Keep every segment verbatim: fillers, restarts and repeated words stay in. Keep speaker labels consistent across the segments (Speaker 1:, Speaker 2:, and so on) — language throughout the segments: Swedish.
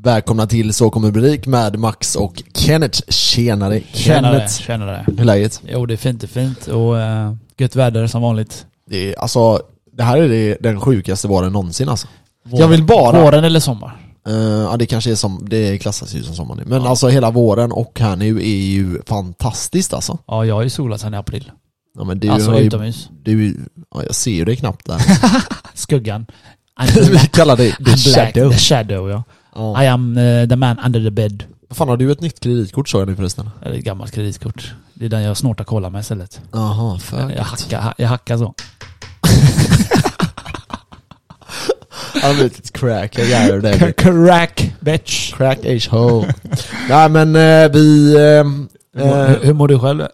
Speaker 1: Välkomna till Så kommer Brik med Max och Kenneth. Tjenare,
Speaker 2: Tjenare,
Speaker 1: Kenneth.
Speaker 2: tjenare.
Speaker 1: Hur är läget?
Speaker 2: Jo, det är fint, det är fint. Och uh, gött väder som vanligt.
Speaker 1: Det är, alltså, det här är det, den sjukaste våren någonsin alltså.
Speaker 2: Våren.
Speaker 1: Jag vill bara...
Speaker 2: Våren eller sommar?
Speaker 1: Uh, ja, det kanske är som... Det klassas ju som sommar nu. Men ja. Alltså hela våren och här nu är ju fantastiskt alltså.
Speaker 2: Ja, jag har ju solat sedan i april.
Speaker 1: Ja, men du
Speaker 2: alltså
Speaker 1: har ju,
Speaker 2: utomhus.
Speaker 1: Du, ja, jag ser ju det knappt där.
Speaker 2: Skuggan.
Speaker 1: Vi kallar det the shadow.
Speaker 2: The shadow, ja.
Speaker 1: ja.
Speaker 2: I am uh, the man under the bed.
Speaker 1: Vad fan, har du ett nytt kreditkort så är det förresten?
Speaker 2: Det är ett gammalt kreditkort. Det är den jag snortar cola med istället.
Speaker 1: Jaha, för
Speaker 2: jag hackar, jag hackar så.
Speaker 1: Han har blivit ett crack, jag gör det.
Speaker 2: Crack, bitch.
Speaker 1: Crack age ho. Nej men eh, vi... Eh,
Speaker 2: hur, hur, hur mår du själv?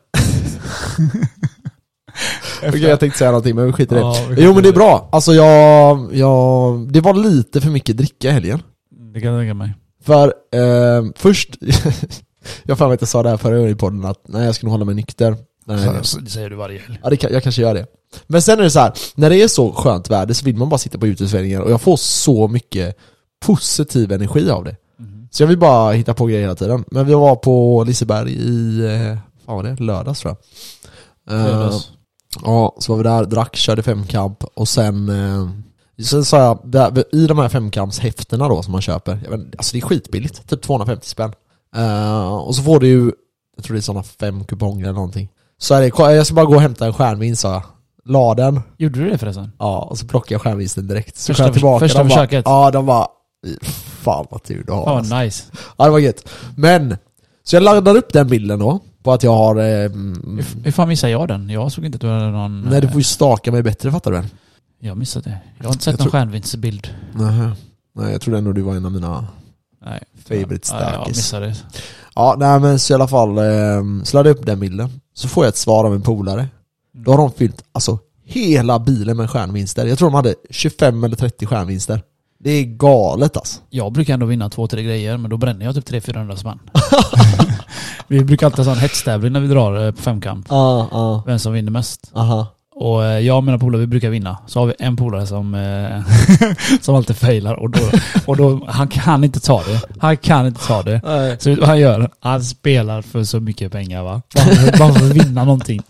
Speaker 1: Okej, jag tänkte säga någonting men vi skiter i
Speaker 2: ja,
Speaker 1: det. Jo men det är bra. Alltså jag, jag... Det var lite för mycket dricka i helgen.
Speaker 2: Det kan jag tänka mig.
Speaker 1: För eh, först... jag fan vet jag sa det här förra gången i podden att nej, jag skulle hålla mig nykter. Nej,
Speaker 2: så, det säger du varje helg.
Speaker 1: Ja, det kan, jag kanske gör det. Men sen är det så här, när det är så skönt väder så vill man bara sitta på uteserveringar och jag får så mycket positiv energi av det. Mm. Så jag vill bara hitta på grejer hela tiden. Men vi var på Liseberg i, eh, vad var det? Lördags tror jag. Uh, ja, så var vi där, drack, körde femkamp och sen uh, sen sa jag, där, i de här femkampshäftena då som man köper, jag vet, alltså det är skitbilligt, typ tvåhundrafemtio spänn. Uh, och så får du ju, jag tror det är sådana fem kuponger eller någonting. Så är det, jag ska bara gå och hämta en stjärnvinst, sa jag. La den.
Speaker 2: Gjorde du det förresten?
Speaker 1: Ja, och så plockade jag stjärnvinsten direkt. Så
Speaker 2: första,
Speaker 1: jag tillbaka.
Speaker 2: första
Speaker 1: de
Speaker 2: försöket?
Speaker 1: Bara, ja, de var... Fan vad tur du har.
Speaker 2: Ja,
Speaker 1: alltså.
Speaker 2: nice.
Speaker 1: Ja, det var gött. Men, så jag laddade upp den bilden då. På att jag har... Eh,
Speaker 2: hur, hur fan missade jag den? Jag såg inte att du hade någon...
Speaker 1: Nej, du får ju staka mig bättre, fattar du väl?
Speaker 2: Jag missade det. Jag har inte sett
Speaker 1: jag
Speaker 2: någon
Speaker 1: tror...
Speaker 2: stjärnvinstbild.
Speaker 1: Nej, nej, jag trodde ändå du var en av mina...
Speaker 2: Nej.
Speaker 1: Favorite stackis.
Speaker 2: Ja, jag missade det.
Speaker 1: Ja, nej men så i alla fall eh, så laddade jag upp den bilden. Så får jag ett svar av en polare. Då har de fyllt alltså hela bilen med stjärnvinster. Jag tror de hade tjugofem eller trettio stjärnvinster. Det är galet alltså.
Speaker 2: Jag brukar ändå vinna två, tre grejer, men då bränner jag typ tre fyrahundra spänn. Vi brukar alltid ha en hetstävling när vi drar på femkamp.
Speaker 1: Ah, ah.
Speaker 2: Vem som vinner mest.
Speaker 1: Aha.
Speaker 2: Och jag och mina polare, vi brukar vinna. Så har vi en polare som eh, som alltid failar och då, och då han kan inte ta det. Han kan inte ta det. Nej. Så vad han gör, han spelar för så mycket pengar, va? Bara, bara för att vinna någonting.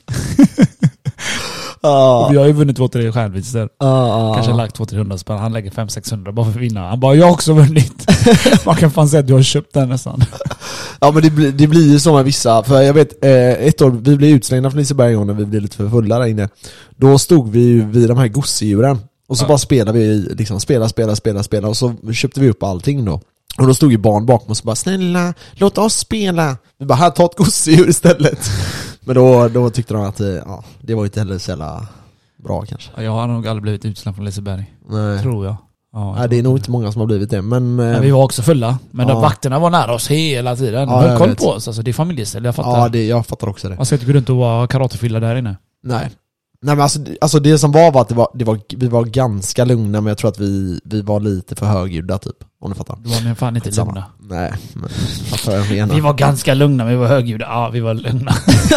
Speaker 2: Ah. Och vi har ju vunnit två, tre stjärnvinster. Ah, ah, Kanske lagt två, trehundra spänn. Han lägger fem, sexhundra bara för att vinna. Han bara, jag har också vunnit. Man kan fan säga att du har köpt den nästan. Ja, men det, blir, det blir ju så med vissa. För jag vet, eh, ett år, vi blev utslängda från Liseberg en gång när vi blev lite för fulla där inne. Då stod vi vid de här gosedjuren. Och så ja. bara spelade vi, liksom spela, spela, spela, spela. Och så köpte vi upp allting då. Och då stod ju barn bakom oss och bara, snälla, låt oss spela. Vi bara, här, ta ett gosedjur istället. Men då, då tyckte de att ja, det var inte heller så jävla bra kanske. Ja, jag har nog aldrig blivit utslängd från Liseberg. Nej. Tror jag. Ja, jag Nej, det är nog inte många som har blivit det. Men, men vi var också fulla. Men ja. de vakterna var nära oss hela tiden. De ja, höll koll på oss. Alltså, det är familjeställ, jag fattar. Ja, det, jag fattar också det. Man ska inte gå runt och vara karatefylla där inne. Nej. Nej men alltså, alltså det som var var att det var, det var, vi var ganska lugna, men jag tror att vi, vi var lite för högljudda typ, om du fattar. Det var ni fan inte lugna. Nej, men fattar jag menar. Vi var ganska lugna, men vi var högljudda. Ja, vi var lugna.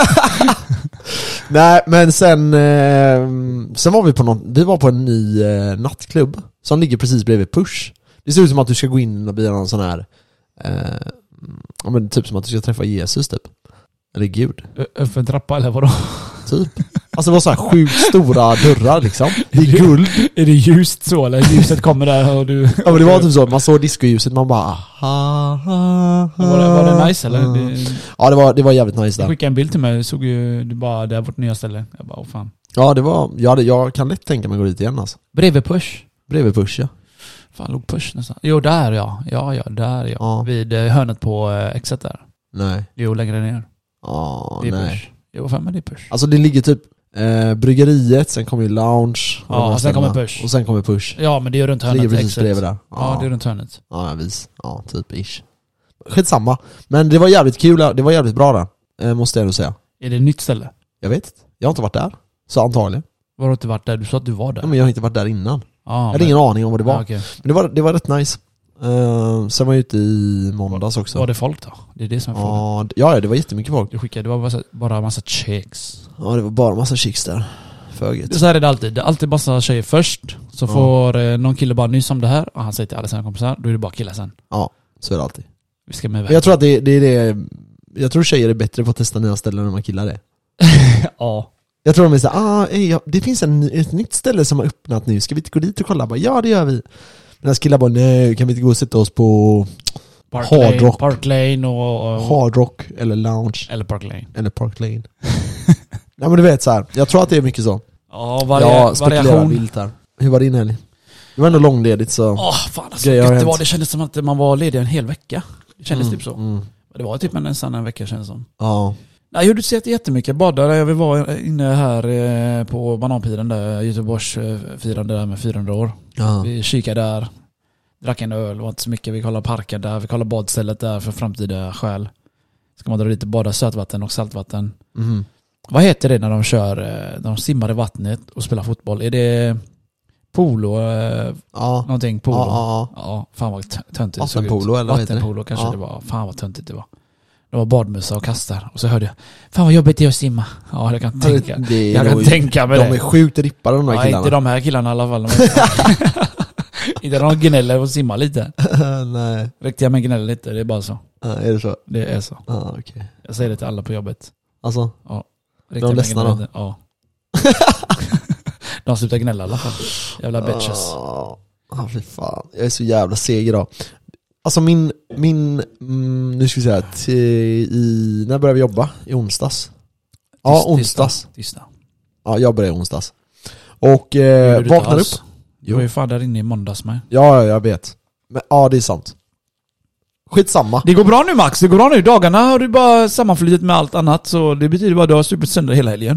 Speaker 2: Nej, men sen eh, sen var vi på någon, vi var på en ny eh, nattklubb som ligger precis bredvid Push. Det ser ut som att du ska gå in och bli någon sån här eh, ja, men typ som att du ska träffa Jesus typ. Eller Gud. Öppen trappa eller vadå? Typ. Alltså det var så här sjukt stora dörrar liksom. I guld. Är det ljust så eller? Ljuset kommer där och du... Ja men det var typ så. Man såg discoljuset, man bara... Aha, aha, var, det, var det nice eller? Det... Ja det var, det var jävligt nice där. Du skickade en bild till mig. Du såg ju du bara, det är vårt nya ställe. Jag bara, åh fan. Ja det var, ja, det, jag kan lätt tänka mig gå dit igen alltså. Bredvid Push. Bredvid Push, ja. Fan, låg Push nästan. Jo där ja. Ja ja, där ja. ja. Vid hörnet på eh, exet där. Nej. Jo, längre ner. Ja, det är nej. Push. Jo, fan men det är Push. Alltså det ligger typ eh, bryggeriet, sen kommer lounge. Ja, och sen kommer Push. Och sen kommer Push. Ja, men det är runt hörnet. Det ligger precis bredvid där. Ja. ja, det är runt hörnet. Ja, vis. Ja, typ ish. Skitsamma. Men det var jävligt kul, det var jävligt bra där. Eh, måste jag ändå säga. Är det ett nytt ställe? Jag vet inte. Jag har inte varit där. Så antagligen. Var du inte varit där? Du sa att du var där. Ja, men jag har inte varit där innan. Ah, jag hade men... ingen aning om vad det var. Ah, okay. Men det var, det var rätt nice. Uh, sen var jag ute i måndags också. Var det folk då? Det är det som är frågan. Ja, ja, det var jättemycket folk. Du skickade, det var bara, bara en massa chicks. Ja, det var bara en massa chicks där. Föget. Så här är det alltid. Det är alltid massa tjejer först. Så ja. får eh, någon kille bara nys om det här. Och han säger till alla sina kompisar. Då är det bara killar sen. Ja.
Speaker 1: Så är det alltid.
Speaker 3: Vi ska med.
Speaker 1: Men jag tror att det, det är det. Jag tror tjejer är bättre på att testa nya ställen än vad killar är.
Speaker 3: Ja.
Speaker 1: Jag tror de är såhär, ah, ey, ja, det finns en, ett nytt ställe som har öppnat nu. Ska vi inte gå dit och kolla? Bara, ja, det gör vi. Medan killar bara, nej, kan vi inte gå och sätta oss på
Speaker 3: Park
Speaker 1: Hard
Speaker 3: Lane,
Speaker 1: Rock.
Speaker 3: Park Lane och, och
Speaker 1: Hard Rock eller Lounge
Speaker 3: eller Park Lane.
Speaker 1: eller Park Lane. Nej, men du vet så här. Jag tror att det är mycket så.
Speaker 3: Ja, varia-
Speaker 1: Jag spekulerar
Speaker 3: variation.
Speaker 1: vilt här. Hur var din helg? Det var ändå långledigt så.
Speaker 3: Åh, fan alltså.
Speaker 1: Grejer har
Speaker 3: Gött det, var,
Speaker 1: hänt.
Speaker 3: det kändes som att man var ledig en hel vecka. Det kändes
Speaker 1: Mm,
Speaker 3: typ så.
Speaker 1: mm.
Speaker 3: Det var typ nästan en vecka kändes som.
Speaker 1: Ja.
Speaker 3: Nej, jag gjorde så jättemycket. Badade. Jag var inne här eh, på Bananpiren där, Göteborgs eh, firande där med fyrahundra år.
Speaker 1: Ja.
Speaker 3: Vi kikade där. Drack en öl, var inte så mycket. Vi kollade parken där. Vi kollade badstället där för framtida skäl. Ska man dra dit och bada sötvatten och saltvatten.
Speaker 1: Mm.
Speaker 3: Vad heter det när de kör, eh, när de simmar i vattnet och spelar fotboll? Är det polo? Eh,
Speaker 1: Ja.
Speaker 3: någonting polo?
Speaker 1: Ja, ja,
Speaker 3: Ja, fan vad tö- töntigt det såg ut.
Speaker 1: Vattenpolo eller vad heter det?
Speaker 3: Vattenpolo kanske
Speaker 1: Ja.
Speaker 3: det var. Fan vad töntigt det var. Det var badmössa och kastar. Och så hörde jag, fan vad jobbigt det är att simma. Ja, jag kan tänka.
Speaker 1: Det är
Speaker 3: Jag kan
Speaker 1: nog-
Speaker 3: tänka med
Speaker 1: De
Speaker 3: det.
Speaker 1: är sjukt rippade de här
Speaker 3: Ja,
Speaker 1: killarna.
Speaker 3: inte de här killarna i alla fall. De är- inte de gnäller och simmar lite.
Speaker 1: Nej.
Speaker 3: Riktiga män gnäller lite, det är bara så.
Speaker 1: Ja, är det så?
Speaker 3: Det är så.
Speaker 1: Ja, okej.
Speaker 3: Jag säger det till alla på jobbet.
Speaker 1: Alltså.
Speaker 3: Riktiga
Speaker 1: De
Speaker 3: män
Speaker 1: ledsna
Speaker 3: gnäller
Speaker 1: då?
Speaker 3: inte. Ja. De slutar gnälla i alla fall. Jävla bitches.
Speaker 1: Ja, ah, fy fan. Jag är så jävla seg idag. Alltså min, min mm, nu ska vi säga, till, i, när började vi jobba? I onsdags? Ja,
Speaker 3: Tis-
Speaker 1: onsdags.
Speaker 3: Tisdag. Tisdag.
Speaker 1: Ja, jag började i onsdags. Och eh,
Speaker 3: Gjorde du
Speaker 1: vaknar
Speaker 3: inte alls?
Speaker 1: upp.
Speaker 3: Du var ju fan där inne i måndags med.
Speaker 1: Ja, ja, jag vet. Men ja, det är sant. Skitsamma.
Speaker 3: Det går bra nu Max, det går bra nu. Dagarna har du bara sammanflutit med allt annat. Så det betyder bara att du har supit sönder hela helgen.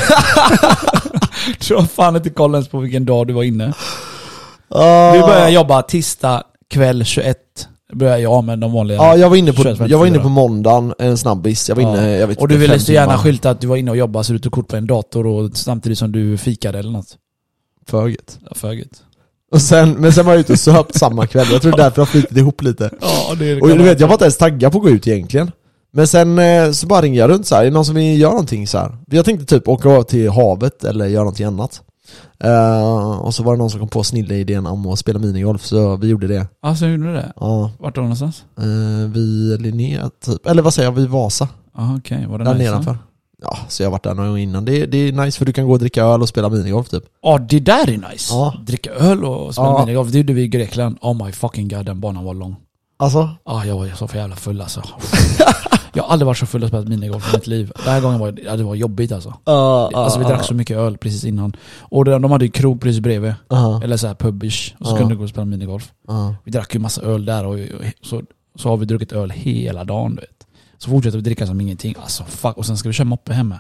Speaker 3: Du har fan inte koll ens på vilken dag du var inne.
Speaker 1: Uh,
Speaker 3: Du börjar jobba tisdag kväll tjugoett. Börjar jag med de vanliga.
Speaker 1: Ja, jag var inne på,
Speaker 3: tjugoett,
Speaker 1: jag var inne
Speaker 3: femtiofyra.
Speaker 1: på måndagen, en snabbis. Jag var
Speaker 3: Ja.
Speaker 1: inne, jag vet
Speaker 3: Och du
Speaker 1: inte,
Speaker 3: ville
Speaker 1: fem
Speaker 3: så gärna
Speaker 1: timmar.
Speaker 3: skylta att du var inne och jobbade så du tog kort på en dator och samtidigt som du fikade eller något.
Speaker 1: Föget.
Speaker 3: Ja, föget.
Speaker 1: Och sen, men sen var jag ute och söpt samma kväll. Jag tror det är därför jag har flyttat ihop lite.
Speaker 3: Ja, det
Speaker 1: Och du vet, jag var inte ens taggad på att gå ut egentligen. Men sen eh, så bara ringde jag runt så här. Är det någon som vill göra någonting så här? Jag tänkte typ åka av till havet eller göra någonting annat. Uh, och så var det någon som kom på snilla idén om att spela minigolf, så vi gjorde det.
Speaker 3: Ja, så gjorde du det?
Speaker 1: Ja,
Speaker 3: Vart då någonstans?
Speaker 1: uh, vi Linnea typ. Eller vad säger jag, vi Vasa.
Speaker 3: Ja, okej. Okay. Var det
Speaker 1: Där
Speaker 3: nice?
Speaker 1: nedanför. Ja, så jag har varit där några gånger innan. Det, det är nice för du kan gå och dricka öl och spela minigolf typ.
Speaker 3: Ja, det där är nice.
Speaker 1: Ja.
Speaker 3: Dricka öl och spela
Speaker 1: Ja.
Speaker 3: minigolf. Det gjorde vi i Grekland. Oh my fucking god, den banan var lång.
Speaker 1: Alltså?
Speaker 3: Ja, jag var så för jävla full alltså. Jag har aldrig varit så full och spelat minigolf i mitt liv. Den här gången var ja, det var jobbigt alltså.
Speaker 1: Uh,
Speaker 3: Alltså vi drack så mycket öl precis innan. Och de hade ju krog precis bredvid.
Speaker 1: uh,
Speaker 3: Eller så här pubish. Och så
Speaker 1: Ja.
Speaker 3: kunde du gå och spela minigolf.
Speaker 1: uh.
Speaker 3: Vi drack ju massa öl där och, och så, så har vi druckit öl hela dagen, du vet. Så fortsätter vi dricka som ingenting. Alltså fuck. Och sen ska vi köra moppe hemma.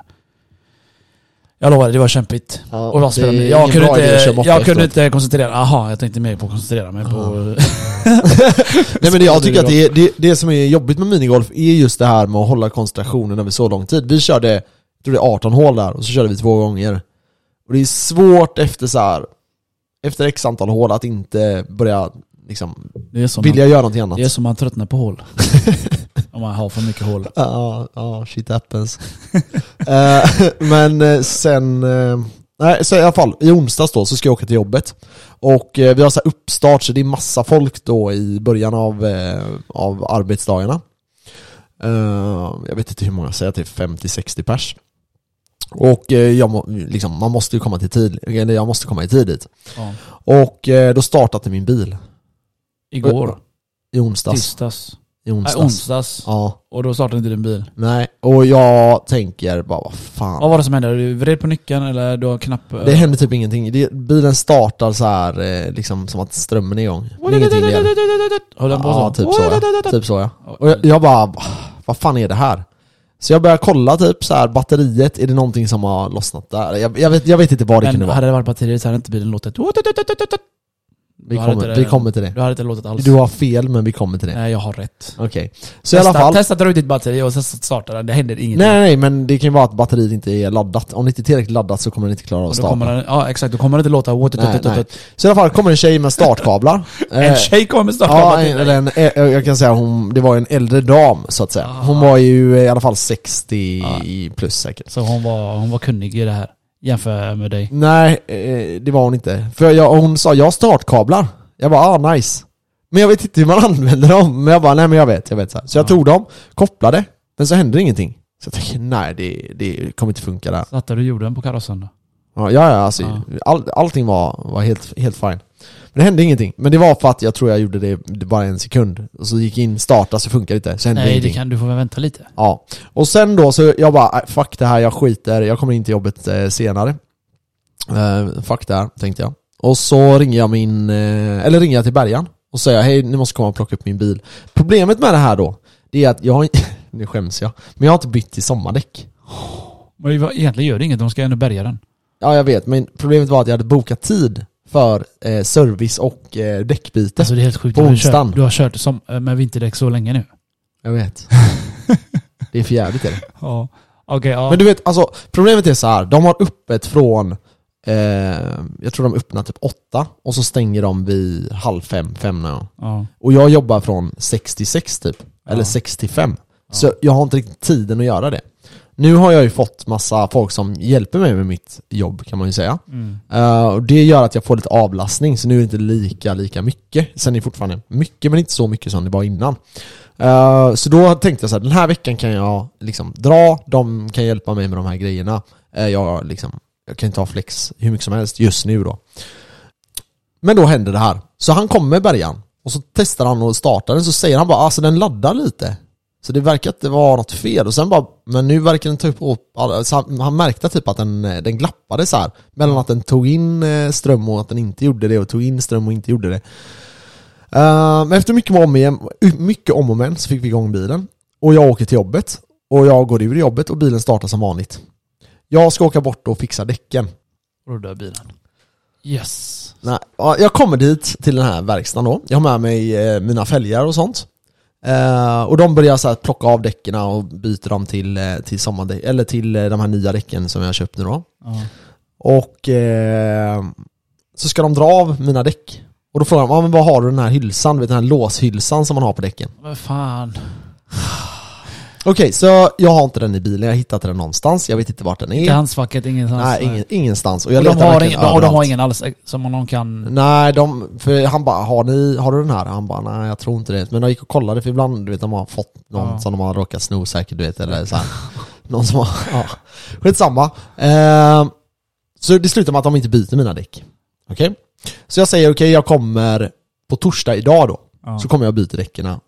Speaker 3: Jag lovar, det var kämpigt.
Speaker 1: Ja,
Speaker 3: Och jag, spelade,
Speaker 1: det är
Speaker 3: jag,
Speaker 1: ingen
Speaker 3: kunde
Speaker 1: bra idé att
Speaker 3: inte,
Speaker 1: köra moppe
Speaker 3: jag kunde
Speaker 1: efteråt.
Speaker 3: inte koncentrera. Aha, jag tänkte mer på att koncentrera mig på...
Speaker 1: Nej men det, jag tycker att det, det, det som är jobbigt med minigolf är just det här med att hålla koncentrationen över så lång tid. Vi körde, jag tror det är arton hål där, och så körde vi två gånger. Och det är svårt efter så här, efter x antal hål att inte börja liksom
Speaker 3: Det är som
Speaker 1: vilja
Speaker 3: man,
Speaker 1: göra någonting annat.
Speaker 3: det är som man tröttnar på hål. Om man har för mycket hål.
Speaker 1: Ja, ja, shit happens. Eh, men eh, sen, eh, nej, så i alla fall, i onsdags då så ska jag åka till jobbet. Och eh, vi har så här uppstart, så det är massa folk då i början av, eh, av arbetsdagarna. Eh, jag vet inte hur många, säger till femtio sextio pers. Och eh, jag må, liksom, man måste ju komma till tid, eller jag måste komma i tid dit.
Speaker 3: Ja.
Speaker 1: Och eh, då startade min bil
Speaker 3: Igår.
Speaker 1: i onsdags.
Speaker 3: Tisdags.
Speaker 1: I onsdags.
Speaker 3: Nej, onsdags.
Speaker 1: Ja,
Speaker 3: Och då startade inte din bil.
Speaker 1: nej. Och jag tänker bara, vad fan.
Speaker 3: Vad var det som hände? Du vred på nyckeln eller du har knapp...
Speaker 1: Det hände typ ingenting. Det, bilen startar så här eh, liksom som att strömmen är igång. Men ingenting mer.
Speaker 3: Höll den på
Speaker 1: Ja,
Speaker 3: så?
Speaker 1: typ så ja. Typ så ja. Och jag, jag bara, "Va- vad fan är det här?" Så jag börjar kolla typ så här, batteriet, är det någonting som har lossnat där? Jag, jag, vet, jag vet inte vad det
Speaker 3: Men
Speaker 1: kunde vara.
Speaker 3: hade det varit batteriet så hade inte bilen låtit...
Speaker 1: Vi
Speaker 3: du hade
Speaker 1: kommer,
Speaker 3: inte
Speaker 1: vi
Speaker 3: det-
Speaker 1: kommer till det.
Speaker 3: Du hade inte låtit alls.
Speaker 1: Du har fel, men vi kommer till det.
Speaker 3: Nej, jag har rätt.
Speaker 1: Okej. Så i alla
Speaker 3: Testa,
Speaker 1: fall.
Speaker 3: testa att dra ut ditt batteri och sen starta den. Det händer ingenting.
Speaker 1: Nej, nej, men det kan ju vara att batteriet inte är laddat. Om det inte är tillräckligt laddat så kommer den inte klara av
Speaker 3: Och
Speaker 1: att
Speaker 3: då kommer
Speaker 1: starta.
Speaker 3: den, ja exakt, då kommer det inte låta...
Speaker 1: Nej, nej. Så i alla fall kommer en tjej med startkablar.
Speaker 3: En
Speaker 1: Eh,
Speaker 3: tjej kommer starta
Speaker 1: Ja,
Speaker 3: batteri.
Speaker 1: en, eller en, eh, jag kan säga hon, det var en äldre dam så att säga. Hon var ju i alla fall sextio plus säkert.
Speaker 3: Så hon var, hon var kunnig i det här. Jämför med dig.
Speaker 1: Nej, eh, det var hon inte. För jag, hon sa, jag har startkablar. Jag bara, ah nice.
Speaker 2: Men jag vet inte hur man använder dem. Men jag bara, nej men jag vet, jag vet så här. Så jag ja. tog dem, kopplade, men så hände ingenting. Så jag tänkte, nej det, det kommer inte funka där.
Speaker 3: Satte du jorden på karossen då?
Speaker 2: Ja, ja, alltså, ja. All, allting var, var helt, helt fine. Men det hände ingenting. Men det var för att jag tror jag gjorde det, det bara en sekund. Och så gick in, starta, så funkar det inte. Så hände
Speaker 3: nej,
Speaker 2: ingenting.
Speaker 3: Det kan du få vänta lite.
Speaker 2: Ja. Och sen då så jag bara, fuck det här, jag skiter. Jag kommer in till jobbet eh, senare. Uh, fuck det här, tänkte jag. Och så ringer jag min, eh, eller ringer jag till Bergan. Och säger, hej, ni måste komma och plocka upp min bil. Problemet med det här då, det är att jag har inte, nu skäms jag, men jag har inte bytt till sommardäck.
Speaker 3: Men egentligen gör det inget, de ska ändå bärga den.
Speaker 2: Ja, jag vet, men problemet var att jag hade bokat tid för eh, service och eh, däckbyte.
Speaker 3: Alltså det är helt sjukt,
Speaker 2: på
Speaker 3: du har,
Speaker 2: onsdagen.
Speaker 3: kört, du har kört som, med vinterdäck så länge nu.
Speaker 2: Jag vet. Det är för jävligt är det.
Speaker 3: Ja. Okay, ja.
Speaker 2: Men du vet, alltså problemet är så här, de har öppet från eh, jag tror de öppnar typ åtta och så stänger de vid halv fem, fem nu.
Speaker 3: Ja.
Speaker 2: Och jag jobbar från sextiosex typ, ja. Eller sextiofem. Ja. Så jag har inte riktigt tiden att göra det. Nu har jag ju fått massa folk som hjälper mig med mitt jobb, kan man ju säga.
Speaker 3: Mm.
Speaker 2: Uh, och det gör att jag får lite avlastning, så nu är det inte lika, lika mycket. Sen är det fortfarande mycket, men inte så mycket som det var innan. Uh, så då tänkte jag så här, den här veckan kan jag liksom dra, de kan hjälpa mig med de här grejerna. Uh, jag, liksom, jag kan inte ha flex hur mycket som helst just nu då. Men då händer det här. Så han kommer med bärgaren, och så testar han och startar den, så säger han bara, alltså den laddar lite. Så det verkar att det var något fel. Och sen bara, men nu verkar den ta upp, alltså han, han märkte typ att den, den glappade så här. Mellan att den tog in ström och att den inte gjorde det. Och tog in ström och inte gjorde det. Uh, men efter mycket om, igen, mycket om och men så fick vi igång bilen. Och jag åker till jobbet. Och jag går ur jobbet och bilen startar som vanligt. Jag ska åka bort och fixa däcken.
Speaker 3: Och då dör bilen. Yes.
Speaker 2: Nej, jag kommer dit till den här verkstaden då. Jag har med mig eh, mina fälgar och sånt. Uh, och de börjar så här plocka av däcken och byter dem till, till sommardäck, eller till de här nya däcken som jag har köpt nu då.
Speaker 3: Uh.
Speaker 2: Och uh, så ska de dra av mina däck. Och då frågar de, ah, men vad har du den här hylsan, vet, den här låshylsan som man har på däcken?
Speaker 3: Vad fan.
Speaker 2: Okej, okay, så jag har inte den i bilen. Jag har hittat den någonstans. Jag vet inte vart den är.
Speaker 3: Inte handskfacket, ingenstans.
Speaker 2: Nej, ingen, ingenstans. Och, jag
Speaker 3: och, de har ingen, och de har ingen alls som någon kan...
Speaker 2: Nej, de, för han bara, har, ni, har du den här? Han bara, nej jag tror inte det. Men jag gick och kollade, för ibland, du vet, de har fått någon ja. som de har råkat sno säkert, du vet, eller så här. Någon som har, ja. Skitsamma. Eh, så det slutar med att de inte byter mina däck. Okej? Okay? Så jag säger, okej, okay, jag kommer på torsdag idag då. Ja. Så kommer jag byta däcken. Eh,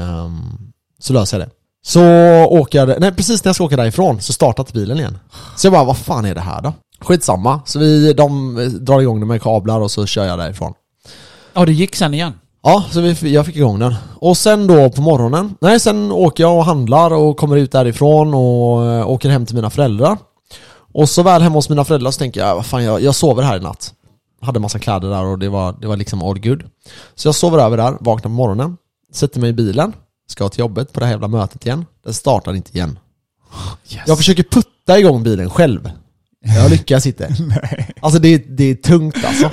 Speaker 2: så löser jag det. Så åker jag, nej precis när jag ska åka därifrån så startat bilen igen. Så jag bara, vad fan är det här då? Skitsamma. Så vi, de drar igång det med kablar och så kör jag därifrån.
Speaker 3: Ja, det gick sen igen.
Speaker 2: Ja, så vi, jag fick igång den. Och sen då på morgonen, nej sen åker jag och handlar och kommer ut därifrån och äh, åker hem till mina föräldrar. Och så väl hemma hos mina föräldrar så tänker jag, vad fan, jag, jag sover här i natt. Hade massa kläder där och det var, det var liksom all good. Så jag sover över där, vaknar på morgonen, sätter mig i bilen. Ska till jobbet på det här jävla mötet igen. Den startar inte igen. Yes. Jag försöker putta igång bilen själv. Jag lyckas inte.
Speaker 3: Nej.
Speaker 2: Alltså det, det är tungt alltså.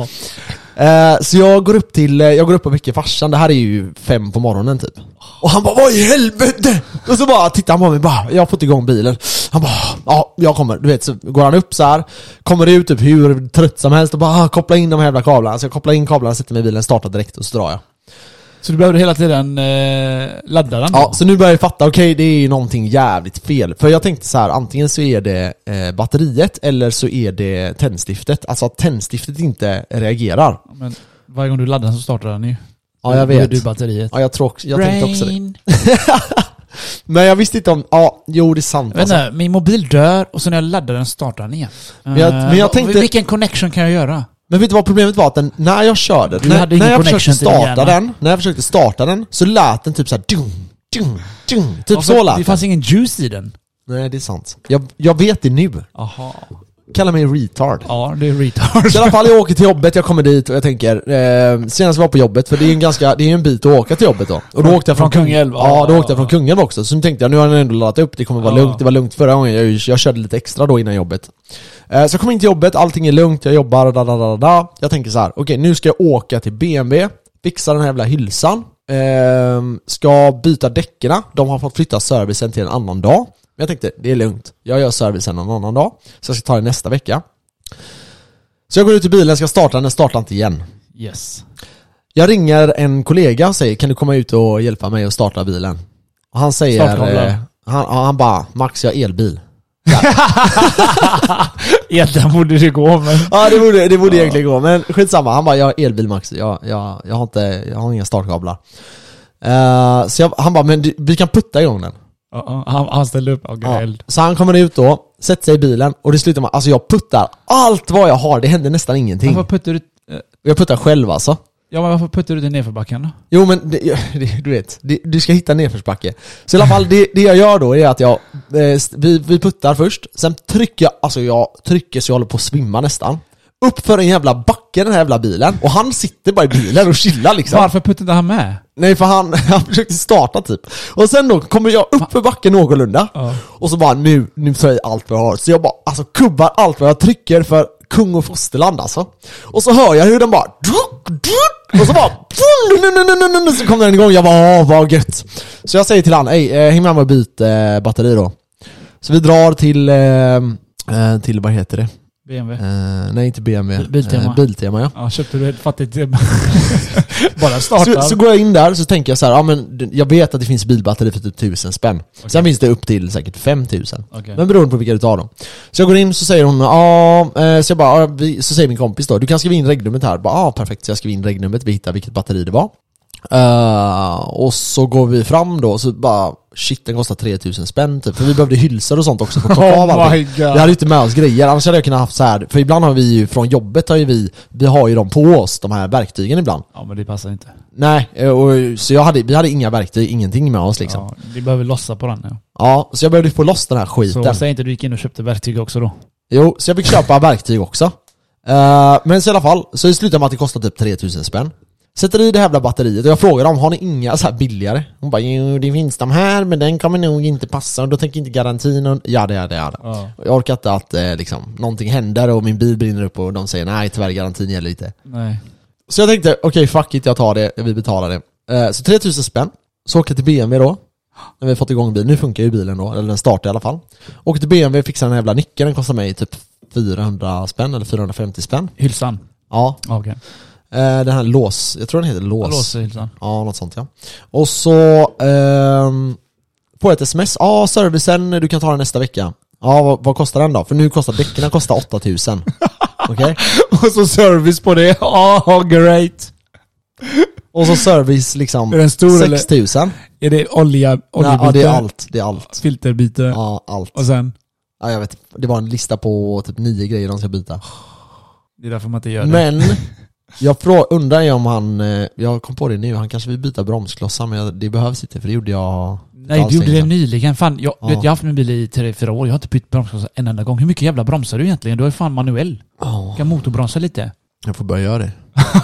Speaker 2: uh, Så jag går upp till Jag går upp och väcker farsan. Det här är ju fem på morgonen typ. Och han bara, vad i helvete? Och så bara tittar han på mig bara, jag har fått igång bilen. Han bara, ja jag kommer. Du vet, så går han upp så här, kommer ut typ hur trött som helst och bara, koppla in de här jävla kablarna. Så jag kopplar in kablarna, sätter mig i bilen, startar direkt och så drar jag.
Speaker 3: Så du behövde hela tiden eh, ladda den?
Speaker 2: Ja, så nu börjar jag fatta, okej okay, det är ju någonting jävligt fel. För jag tänkte så här, antingen så är det eh, batteriet eller så är det tändstiftet. Alltså att tändstiftet inte reagerar.
Speaker 3: Men varje gång du laddar så startar den ju.
Speaker 2: Ja, jag vet.
Speaker 3: Då är du batteriet.
Speaker 2: Ja, jag tror också, jag tänkte också det. Men jag visste inte om, ja, jo det är sant.
Speaker 3: Vänta, alltså. Min mobil dör och så när jag laddar den startar den igen.
Speaker 2: Men jag, men jag tänkte...
Speaker 3: Vilken connection kan jag göra?
Speaker 2: Men vet du vad problemet var? Att den, när jag körde, när, när jag försökte starta den, när jag försökte starta den, så lät den typ såhär dung, dung, dung, typ ja, så lät
Speaker 3: det fanns ingen juice i den.
Speaker 2: Nej, det är sant. Jag, jag vet det nu.
Speaker 3: Aha.
Speaker 2: Kalla mig retard.
Speaker 3: Ja, det är retard.
Speaker 2: Så i alla fall, jag åker till jobbet, jag kommer dit och jag tänker, eh, senast jag var på jobbet, för det är en ganska, det är en bit att åka till jobbet då. Och då åkte jag från,
Speaker 3: från Kungälv.
Speaker 2: Ja, då åkte jag från Kungälv också. Så nu tänkte jag, nu har den ändå laddat upp, det kommer vara ja. lugnt. Det var lugnt förra gången, jag, jag körde lite extra då innan jobbet. Eh, så jag kommer in till jobbet, allting är lugnt, jag jobbar, da, da, da, da. Jag tänker så här, okej okay, nu ska jag åka till B M W, fixa den här jävla hylsan. Eh, ska byta däckerna, de har fått flytta servicen till en annan dag. Men jag tänkte, det är lugnt. Jag gör servicen en annan dag. Så jag ska ta det nästa vecka. Så jag går ut i bilen, ska starta den, den startar inte igen.
Speaker 3: Yes.
Speaker 2: Jag ringer en kollega och säger, kan du komma ut och hjälpa mig att starta bilen? Och han säger, eh, han, han bara, Max, jag har elbil.
Speaker 3: Egentligen borde det gå, men...
Speaker 2: Ja, det borde, det borde ja. egentligen gå, men skitsamma. Han bara, jag har elbil, Max. Jag, jag, jag, har, inte, jag har inga startkablar. Uh, så jag, han bara, men du, vi kan putta igång den.
Speaker 3: Uh-uh. Han, han ställde upp och
Speaker 2: ja. Så han kommer ut då, sätter sig i bilen och det slutar med, alltså jag puttar allt vad jag har, det händer nästan ingenting.
Speaker 3: Varför puttar du... Uh...
Speaker 2: Jag puttar själv alltså.
Speaker 3: Ja, men varför puttar du det nerförbacken då?
Speaker 2: Jo, men det, det, du vet, det, du ska hitta nerförsbacke. Så i alla fall, det, det jag gör då är att jag, eh, vi, vi puttar först, sen trycker jag, alltså jag trycker så jag håller på att svimma nästan. Upp för en jävla backe, den här jävla bilen. Och han sitter bara i bilen och chillar liksom.
Speaker 3: Varför puttade han med?
Speaker 2: Nej, för han, han försökte starta typ. Och sen då kommer jag upp för backen någorlunda. Uh. Och så bara, nu, nu tar jag allt vad jag har. Så jag bara, alltså kubbar allt vad jag trycker för kung och fosterland alltså. Och så hör jag hur den bara... Och så bara... Så kommer den igång. Jag bara, åh, vad gött. Så jag säger till han, hej, häng med mig och byt eh, batteri då. Så vi drar till... Eh, till, vad heter det?
Speaker 3: B M W?
Speaker 2: Uh, nej, inte B M W.
Speaker 3: Biltema.
Speaker 2: Uh, Biltema, ja.
Speaker 3: Ja, köpte du ett fattigt... Bara startar.
Speaker 2: Så, så går jag in där, så tänker jag så här, ja men jag vet att det finns bilbatteri för typ tusen spänn. Okay. Sen finns det upp till säkert fem tusen. Okay. Men beroende på vilka du tar då. Så jag går in, så säger hon, ja, så jag bara, vi, så säger min kompis då, du kan skriva in regnumret här. Ja, perfekt, så jag skriver in regnumret, vi hittar vilket batteri det var. Uh, och så går vi fram då, så bara shit, den kostar tre tusen spänn typ. För vi behövde hylsor och sånt också för att ta av
Speaker 3: oh
Speaker 2: allting. Vi hade inte med oss grejer, annars hade jag kunnat haft så här. För ibland har vi ju, från jobbet har ju vi Vi har ju dem på oss, de här verktygen ibland.
Speaker 3: Ja, men det passar inte.
Speaker 2: Nej, och, så jag hade, vi hade inga verktyg, ingenting med oss liksom.
Speaker 3: Ja, vi behöver lossa på den, ja.
Speaker 2: Ja, så jag behövde få loss den här skiten.
Speaker 3: Så säg inte du gick in och köpte verktyg också då?
Speaker 2: Jo, så jag fick köpa verktyg också. uh, Men så i alla fall, så det slutade med att det kostade typ tre tusen spänn. Sätter i det här jävla batteriet och jag frågar dem, har ni inga så här billigare? Hon bara, jo det finns de här, men den kommer nog inte passa och då tänker inte garantin och ja det är det, ja, det. Ja. Jag orkar inte att eh, liksom, någonting händer och min bil brinner upp och de säger nej tyvärr, garantin gäller inte.
Speaker 3: Nej.
Speaker 2: Så jag tänkte, okej okay, fuck it, jag tar det, vi betalar det. eh, Så tre tusen spänn. Så åker jag till B M W då, när vi har fått igång bilen. Nu funkar ju bilen då, eller den startar i alla fall. Åker till B M W, fixar den jävla nyckeln, den kostar mig typ fyrahundra spänn eller fyrahundrafemtio spänn.
Speaker 3: Hylsan?
Speaker 2: Ja.
Speaker 3: Okej. Okay.
Speaker 2: Den här lås, jag tror den heter lås.
Speaker 3: Lås hylsan.
Speaker 2: Ja, något sånt ja. Och så ehm, får jag ett sms. Ja, servicen, du kan ta den nästa vecka. Ja, vad, vad kostar den då? För nu kostar däcken kostar åtta tusen. Okej? Okay?
Speaker 3: Och så service på det. Ja, oh, great.
Speaker 2: Och så service liksom
Speaker 3: är den stor
Speaker 2: sex tusen.
Speaker 3: Är det olja, oljebyte?
Speaker 2: Ja, det är allt, det är allt.
Speaker 3: Filterbyte?
Speaker 2: Ja, allt.
Speaker 3: Och sen?
Speaker 2: Ja, jag vet. Det var en lista på typ nio grejer de ska byta.
Speaker 3: Det är därför man inte gör det.
Speaker 2: Men jag frå- undrar ju om han, jag kom på det nu, han kanske vill byta bromsklossar, men jag, det behövs inte, för det gjorde jag.
Speaker 3: Nej, du gjorde det nyligen. Fan, jag, ja. vet, jag har haft min bil i tre fyra år, jag har inte bytt bromsklossar en enda gång. Hur mycket jävla bromsar du egentligen? Du är fan manuell.
Speaker 2: Oh.
Speaker 3: Kan motorbromsa lite?
Speaker 2: Jag får börja göra det.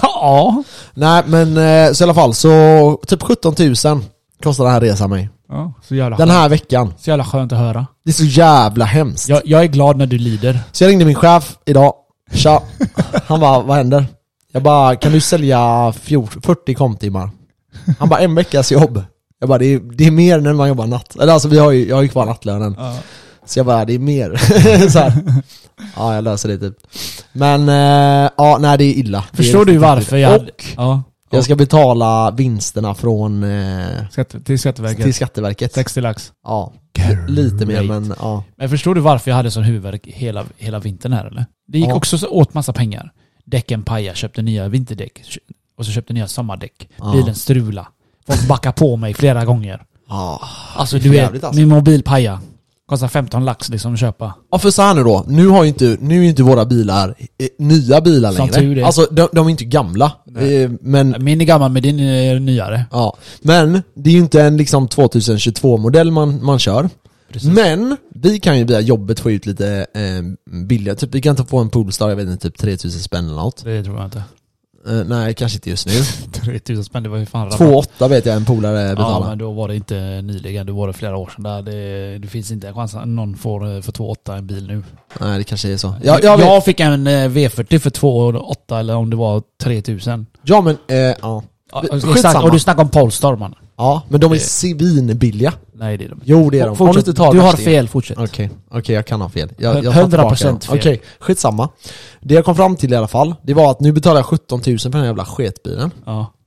Speaker 3: Ja.
Speaker 2: Nej, men så i alla fall, så typ sjutton tusen kostar den här resan mig.
Speaker 3: Ja, så jävla
Speaker 2: den här
Speaker 3: skönt.
Speaker 2: veckan.
Speaker 3: Så jävla skönt att höra.
Speaker 2: Det är så jävla hemskt.
Speaker 3: Jag, jag är glad när du lider.
Speaker 2: Så jag ringde min chef idag. Tja. Han bara, vad händer? Jag bara, kan du sälja fyrtio komptimmar? Han bara, en veckas jobb. Jag bara, det är, det är mer när man jobbar natt. Eller alltså, vi har ju, jag har ju kvar nattlönen. Ja. Så jag bara, det är mer. Så här. Ja, jag löser det typ. Men, äh, ja, nej det är illa.
Speaker 3: Förstår
Speaker 2: det är
Speaker 3: du varför jag hade...
Speaker 2: Och
Speaker 3: ja.
Speaker 2: jag ska betala vinsterna från... Eh,
Speaker 3: Skatt, till Skatteverket.
Speaker 2: Till Skatteverket.
Speaker 3: sextio lax.
Speaker 2: Ja, lite mer, men ja.
Speaker 3: Men förstår du varför jag hade sån huvudvärk hela, hela vintern här, eller? Det gick ja. också så åt massa pengar. Däcken paja, köpte nya vinterdäck. Och så köpte nya sommardäck. Ja. Bilen strula. Folk backa på mig flera gånger.
Speaker 2: Ja.
Speaker 3: Alltså du vet, alltså. Min mobil paja. Kostar femton lax liksom att köpa.
Speaker 2: Ja, för så här nu då. Nu har ju inte, nu är ju inte våra bilar eh, nya bilar
Speaker 3: som
Speaker 2: längre. Alltså de, de är inte gamla. Eh, men
Speaker 3: min är gammal, men din är nyare.
Speaker 2: Ja. Men det är ju inte en liksom tjugohundratjugotvå-modell man, man kör. Precis. Men vi kan ju via jobbet få ut lite eh, billiga. Typ vi kan ta få en Polestar, jag vet inte, typ tre tusen spänn eller något.
Speaker 3: Det tror jag inte.
Speaker 2: Uh, nej, kanske inte just nu.
Speaker 3: tre tusen spänn, det var ju fan rabatt.
Speaker 2: två åtta vet jag en polare betalar.
Speaker 3: Ja, men då var det inte nyligen, då var det flera år sedan där. Det, det finns inte en chans att någon får för två åtta en bil nu.
Speaker 2: Nej, det kanske är så.
Speaker 3: Jag, jag, jag fick en V fyrtio för två åtta eller om det var tre tusen.
Speaker 2: Ja, men äh, ja.
Speaker 3: Ja, och, och du snackar om Polestar, man.
Speaker 2: Ja, men de är svinbilliga.
Speaker 3: Nej, det är de.
Speaker 2: Jo, det är de.
Speaker 3: Fortsätt, du, du har fel, fortsätt.
Speaker 2: Okej, okay. okej, okay, jag kan ha fel. Jag, jag
Speaker 3: hundra procent fel.
Speaker 2: Okej, okay, skitsamma. Det jag kom fram till i alla fall, det var att nu betalar jag sjutton tusen för den jävla sketbilen.
Speaker 3: Ja.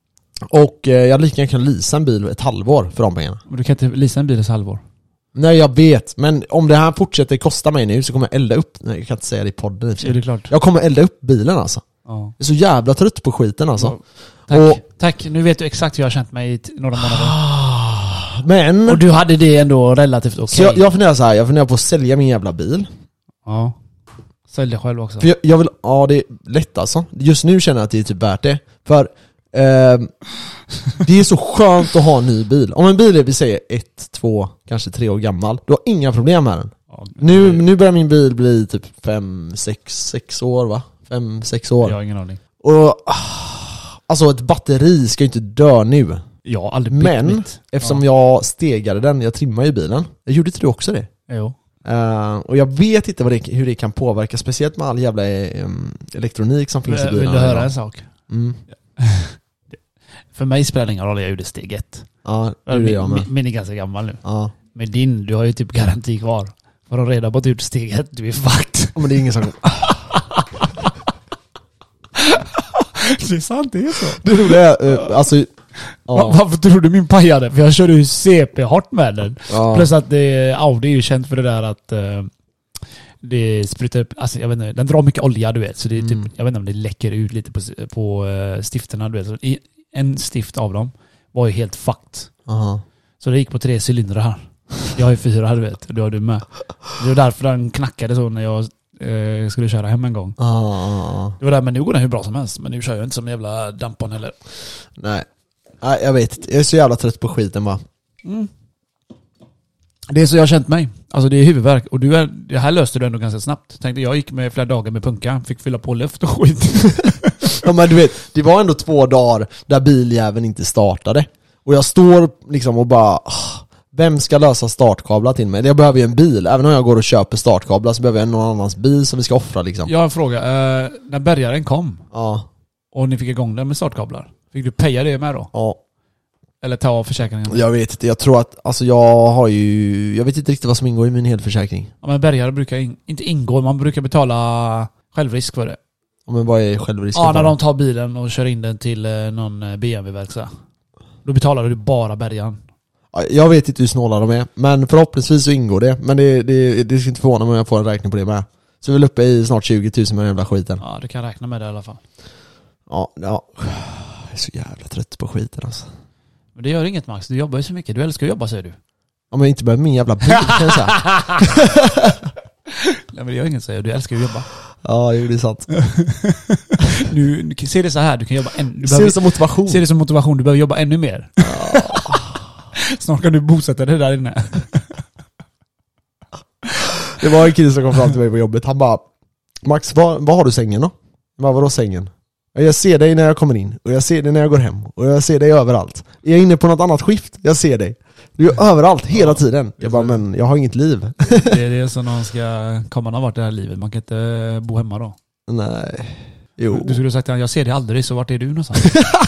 Speaker 1: Och eh, jag lika gärna kan leasa en bil ett halvår för de pengarna.
Speaker 3: Men du kan inte leasa en bil ett halvår.
Speaker 1: Nej, jag vet. Men om det här fortsätter kosta mig nu så kommer jag elda upp. Nej, jag kan inte säga det i podden.
Speaker 3: Är det klart?
Speaker 1: Jag kommer elda upp bilen alltså.
Speaker 3: Ja.
Speaker 1: Jag är så jävla trött på skiten alltså.
Speaker 3: Tack.
Speaker 1: Och,
Speaker 3: Tack. Nu vet du exakt hur jag har känt mig i t- några månader.
Speaker 1: men...
Speaker 3: Och du hade det ändå relativt okej.
Speaker 1: Så jag, jag funderar så här, jag funderar på att sälja min jävla bil.
Speaker 3: Ja. Sälj det själv också.
Speaker 1: För jag, jag vill, ja det är lätt alltså. Just nu känner jag att det är typ värt det. För eh, det är så skönt att ha en ny bil. Om en bil är, vi säger ett, två, kanske tre år gammal, du har inga problem med den.
Speaker 3: Ja,
Speaker 1: Nu, nu börjar min bil bli typ fem, sex, sex år va? Fem, sex år.
Speaker 3: Jag har ingen aning.
Speaker 1: Och ah, alltså ett batteri ska ju inte dö nu.
Speaker 3: Jag har aldrig bytt
Speaker 1: Men
Speaker 3: mitt.
Speaker 1: eftersom jag stegade den, jag trimmade ju bilen. Jag gjorde inte du också det?
Speaker 3: Jo.
Speaker 1: Uh, och jag vet inte vad det, hur det kan påverka, speciellt med all jävla um, elektronik som finns i bilen.
Speaker 3: Vill du höra en sak?
Speaker 1: Mm.
Speaker 3: För mig spelar det ingen roll, jag gjorde steg ett.
Speaker 1: Ja, det gjorde jag med.
Speaker 3: Min, min är ganska gammal nu.
Speaker 1: Ja.
Speaker 3: Men din, du har ju typ garanti kvar. För att reda på att du gjort steg ett, du är fucked.
Speaker 1: Men det är ingen som...
Speaker 3: Det är sant, det är så.
Speaker 1: Det roliga är, uh, alltså... Ja.
Speaker 3: Va- Varför tror du min pajade? För jag körde ju C P-hårt med den.
Speaker 1: Ja.
Speaker 3: Plus att det, Audi är ju känt för det där att uh, det sprutar upp, alltså jag vet inte, den drar mycket olja du vet. Så det är typ,
Speaker 1: Mm.
Speaker 3: jag vet inte om det läcker ut lite på, på uh, stifterna du vet. Så i, en stift av dem var ju helt fucked.
Speaker 1: Aha.
Speaker 3: Så det gick på tre cylindrar. Jag har ju fyra du vet, du har du med. Det var därför den knackade så när jag uh, skulle köra hem en gång.
Speaker 1: Ah, ah, ah.
Speaker 3: Det var där, men nu går den hur bra som helst. Men nu kör jag inte som en jävla dampon heller.
Speaker 1: Nej. Nej, jag vet inte. Jag är så jävla trött på skiten bara.
Speaker 3: Mm. Det är så jag har känt mig. Alltså det är huvudvärk. Och du är, det här löste du ändå ganska snabbt. Tänkte jag gick med flera dagar med punka. Fick fylla på luft och skit.
Speaker 1: Ja men du vet, det var ändå två dagar där biljäveln inte startade. Och jag står liksom och bara... Vem ska lösa startkablar till mig? Jag behöver ju en bil. Även om jag går och köper startkablar så behöver jag någon annans bil som vi ska offra liksom.
Speaker 3: Jag har en fråga. Eh, när bärgaren kom
Speaker 1: Ja.
Speaker 3: och ni fick igång den med startkablar. Fick du peja det med då?
Speaker 1: Ja.
Speaker 3: Eller ta av försäkringen?
Speaker 1: Jag vet inte, jag tror att, alltså jag har ju, jag vet inte riktigt vad som ingår i min helförsäkring.
Speaker 3: Ja, men bärgare brukar in, inte ingå, man brukar betala självrisk för det.
Speaker 1: Ja, men vad är självrisken?
Speaker 3: Ja, när de tar bilen och kör in den till eh, någon eh, B M W-verkstad. Då betalar du bara bärgaren.
Speaker 1: Ja, jag vet inte hur snåla de är, men förhoppningsvis så ingår det. Men det, det, det ska inte förvåna mig om jag får en räkning på det med. Så vi är väl uppe i snart tjugo tusen med den jävla skiten.
Speaker 3: Ja, du kan räkna med det i alla fall.
Speaker 1: Ja, ja. Jag är så jävla trött på skiten alltså.
Speaker 3: Men det gör inget Max, du jobbar ju så mycket. Du älskar att jobba säger du.
Speaker 1: Ja, men inte med min jävla bil kan jag säga.
Speaker 3: Nej men det gör inget säger du. Du älskar att jobba.
Speaker 1: Ja, jo, det är sant.
Speaker 3: Nu, du kan se det så här, du kan jobba än, du
Speaker 1: Ser
Speaker 3: behöver,
Speaker 1: det som motivation.
Speaker 3: se det som motivation, du behöver jobba ännu mer. Snart kan du bosätta dig där inne.
Speaker 1: Det var en kille som kom fram till mig på jobbet. Han bara, Max, vad, vad har du sängen då? Jag bara, vadå sängen? Jag ser dig när jag kommer in. Och jag ser dig när jag går hem. Och jag ser dig överallt. Är jag inne på något annat skift? Jag ser dig. Du är överallt hela tiden. Jag bara, men jag har inget liv.
Speaker 3: Det är det som någon ska komma någon vart i det här livet. Man kan inte bo hemma då.
Speaker 1: Nej. Jo.
Speaker 3: Du skulle ha sagt att jag ser dig aldrig, så vart är du någonstans?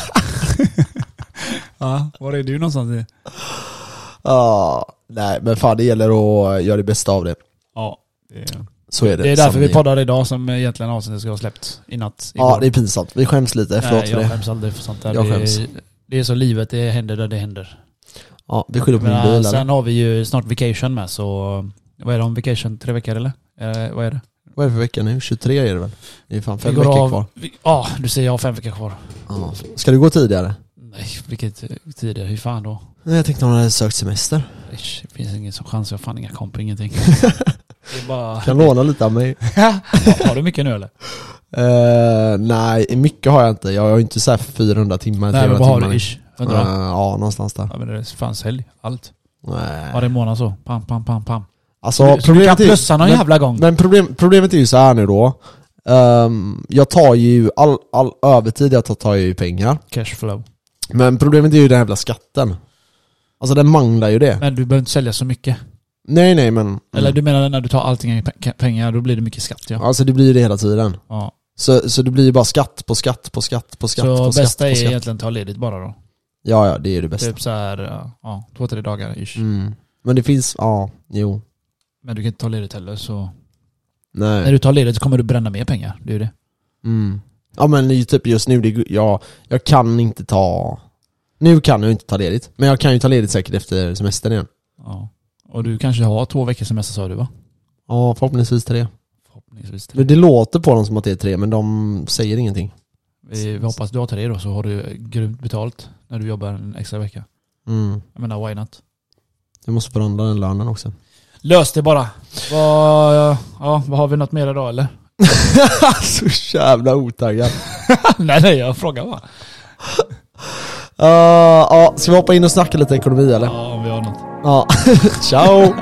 Speaker 3: Ja, var är du någonstans?
Speaker 1: Ja, nej, men fan det gäller att göra det bästa av det.
Speaker 3: Ja, det är,
Speaker 1: Så är det.
Speaker 3: det är därför vi
Speaker 1: sanningen.
Speaker 3: poddar idag som egentligen avsnittet ska ha släppt i natt.
Speaker 1: Ja,
Speaker 3: igår.
Speaker 1: det är pinsamt. Vi skäms lite efteråt
Speaker 3: Nej,
Speaker 1: för
Speaker 3: jag
Speaker 1: det.
Speaker 3: skäms aldrig för sånt där.
Speaker 1: Jag
Speaker 3: det,
Speaker 1: skäms.
Speaker 3: är, det är så livet, det händer där det händer.
Speaker 1: Ja, vi skyller på min
Speaker 3: Men,
Speaker 1: bil.
Speaker 3: sen
Speaker 1: Eller?
Speaker 3: har vi ju snart vacation med, så vad är det om vacation? Tre veckor eller? Eh, vad är det?
Speaker 1: Vad är det för vecka nu? tjugotre är det väl? Det är fan fem
Speaker 3: Vi går
Speaker 1: veckor
Speaker 3: av-
Speaker 1: kvar.
Speaker 3: vi- Ja, du säger jag har fem veckor kvar.
Speaker 1: Ja. Ska du gå tidigare?
Speaker 3: Nej, vilket tid är det? Hur fan då?
Speaker 1: Nej, jag tänkte om du hade sökt semester.
Speaker 3: Ish, det finns ingen som chans, jag har fan inga komp, ingenting. Det är bara...
Speaker 1: Kan låna lite av mig.
Speaker 3: har, har du mycket nu eller?
Speaker 1: Uh, nej, mycket har jag inte. Jag har ju inte så här fyrahundra timmar.
Speaker 3: Nej, men vad har
Speaker 1: timmar.
Speaker 3: du? Ish? hundra?
Speaker 1: Uh, ja, någonstans där.
Speaker 3: Ja, men det är fan sälj. Allt.
Speaker 1: Nej.
Speaker 3: Varje månad så. Pam, pam, pam, pam.
Speaker 1: Alltså,
Speaker 3: Så, du- så du kan
Speaker 1: problemet är,
Speaker 3: plussa någon
Speaker 1: men,
Speaker 3: jävla gång.
Speaker 1: men problem, problemet är ju så här nu då. Um, jag tar ju all, all övertid jag tar, tar jag ju pengar.
Speaker 3: Cashflow.
Speaker 1: Men problemet är ju den jävla skatten. Alltså den manglar ju det.
Speaker 3: Men du behöver inte sälja så mycket.
Speaker 1: Nej, nej, men...
Speaker 3: Eller du menar när du tar allting i pe- pengar, då blir det mycket skatt, ja.
Speaker 1: Alltså det blir ju det hela tiden.
Speaker 3: Ja.
Speaker 1: Så, så det blir ju bara skatt på skatt på skatt på skatt
Speaker 3: Så
Speaker 1: på skatt
Speaker 3: bästa
Speaker 1: på
Speaker 3: är
Speaker 1: skatt.
Speaker 3: egentligen att ta ledigt bara då.
Speaker 1: Ja, ja, det är det bästa.
Speaker 3: Typ så här, ja, ja, två, tre dagar ish.
Speaker 1: Mm. Men det finns, ja, jo.
Speaker 3: Men du kan inte ta ledigt heller, så...
Speaker 1: Nej.
Speaker 3: När du tar ledigt så kommer du bränna mer pengar, det är ju det.
Speaker 1: Mm. Ja, men det är ju typ just nu, det, ja, jag kan inte ta
Speaker 2: Nu kan jag inte ta ledigt. Men jag kan ju ta ledigt säkert efter semestern igen.
Speaker 3: Ja. Och du kanske har två veckors semester, sa du va?
Speaker 2: Ja, förhoppningsvis tre.
Speaker 3: Förhoppningsvis tre.
Speaker 2: Men det låter på dem som att det är tre, men de säger ingenting.
Speaker 3: Vi, vi hoppas du har tre då, så har du grymt betalt när du jobbar en extra vecka.
Speaker 2: Mm.
Speaker 3: Jag menar, why not?
Speaker 2: Du måste förhandla den lönen också.
Speaker 3: Lös det bara. Vad, ja, vad har vi något mer idag eller?
Speaker 2: Så jävla otaggad.
Speaker 3: nej, nej, jag frågar bara.
Speaker 2: Uh, ja, ska vi hoppa in och snacka lite ekonomi eller?
Speaker 3: Ja, om vi har något.
Speaker 2: Ja, ciao!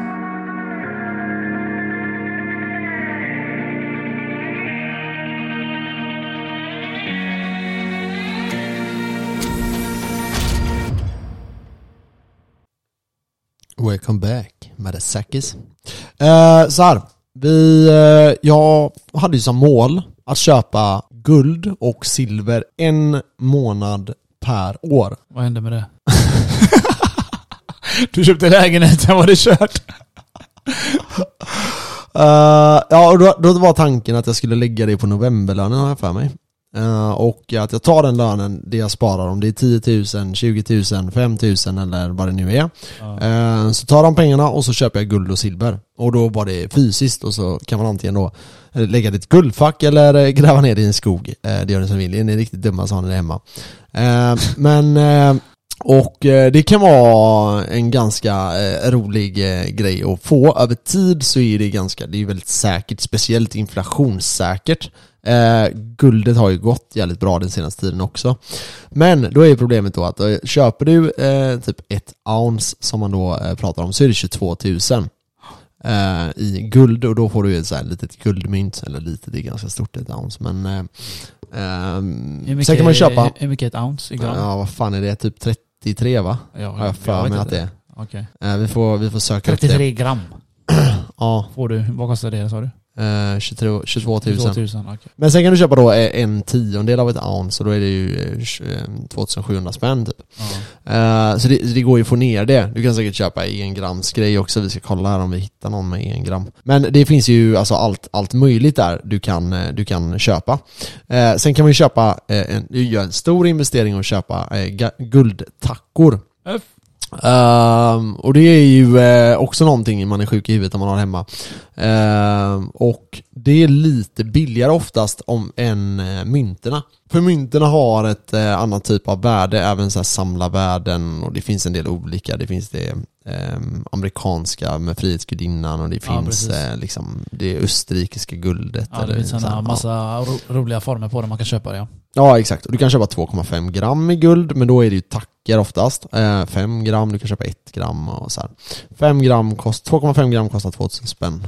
Speaker 2: Welcome back, Madasakis. Uh, så här, vi, uh, jag hade ju som mål att köpa guld och silver en månad per år.
Speaker 3: Vad hände med det? Du köpte lägenheten, var det kört?
Speaker 2: uh, ja, och då, då var tanken att jag skulle lägga det på novemberlönen, har jag för mig. Uh, och att jag tar den lönen, det jag sparar, om det är tio tusen, tjugo tusen, fem tusen eller vad det nu är. Ja. Uh, så tar de pengarna och så köper jag guld och silver. Och då var det fysiskt, och så kan man antingen då lägga det i ett guldfack eller gräva ner det i en skog. Uh, det gör den som vill, det är riktigt dumma så har ni det hemma. Uh, men... Uh, Och eh, det kan vara en ganska eh, rolig eh, grej att få. Över tid så är det ganska, det är väldigt säkert, speciellt inflationssäkert. Eh, guldet har ju gått jävligt bra den senaste tiden också. Men då är problemet då att eh, köper du eh, typ ett ounce som man då eh, pratar om, så är det tjugotvå tusen eh, i guld, och då får du ett så här litet guldmynt, eller lite, det är ganska stort ett ounce, men eh, eh,
Speaker 3: mycket,
Speaker 2: sen kan man köpa,
Speaker 3: hur mycket ett ounce i gram?
Speaker 2: Ja, vad fan är det? Typ trettiotre va?
Speaker 3: Ja,
Speaker 2: har jag för mig att det är.
Speaker 3: Okay.
Speaker 2: Eh, vi, får, vi får söka upp det.
Speaker 3: trettiotre gram.
Speaker 2: Ja.
Speaker 3: Får du, vad kostar det, sa du?
Speaker 2: Eh, tjugotvå tusen.
Speaker 3: tjugotvå tusen, okay.
Speaker 2: Men sen kan du köpa då en tiondel av ett ounce, och då är det ju tvåtusensjuhundra spänn typ. Ja. Eh, så, det, så det går ju att få ner det. Du kan säkert köpa en grams grej också. Vi ska kolla här om vi hittar någon med en gram. Men det finns ju alltså allt, allt möjligt där du kan, du kan köpa. Eh, sen kan man ju köpa eh, en, göra en stor investering och köpa eh, guldtackor.
Speaker 3: F.
Speaker 2: Um, och det är ju uh, också någonting man är sjuk i huvudet om man har hemma. Um, och det är lite billigare oftast om än uh, mynterna. För mynterna har ett uh, annat typ av värde, även så här samlarvärden, och det finns en del olika. Det finns det um, amerikanska med Frihetsgudinnan, och det finns ja, uh, liksom det österrikiska guldet.
Speaker 3: Ja, det
Speaker 2: eller,
Speaker 3: finns en
Speaker 2: så
Speaker 3: massa ja. ro- roliga former på det man kan köpa det, ja.
Speaker 2: Ja, exakt. Och du kan köpa två komma fem gram i guld, men då är det ju tackor oftast. Eh, fem gram, du kan köpa ett gram och så här. fem gram kost, två komma fem gram kostar tvåtusen spänn.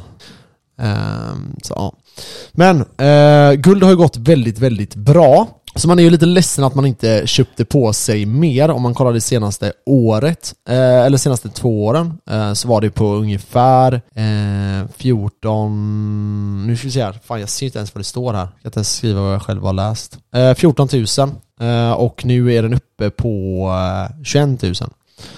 Speaker 2: Eh, så ja. Men eh, guld har ju gått väldigt, väldigt bra. Så man är ju lite ledsen att man inte köpte på sig mer. Om man kollar det senaste året, eh, eller senaste två åren, eh, så var det på ungefär eh, fjorton... Nu ska vi se här. Fan, jag ser inte ens vad det står här. Jag kan inte ens skriva vad jag själv har läst. Eh, fjorton tusen. Eh, och nu är den uppe på eh, tjugoett tusen.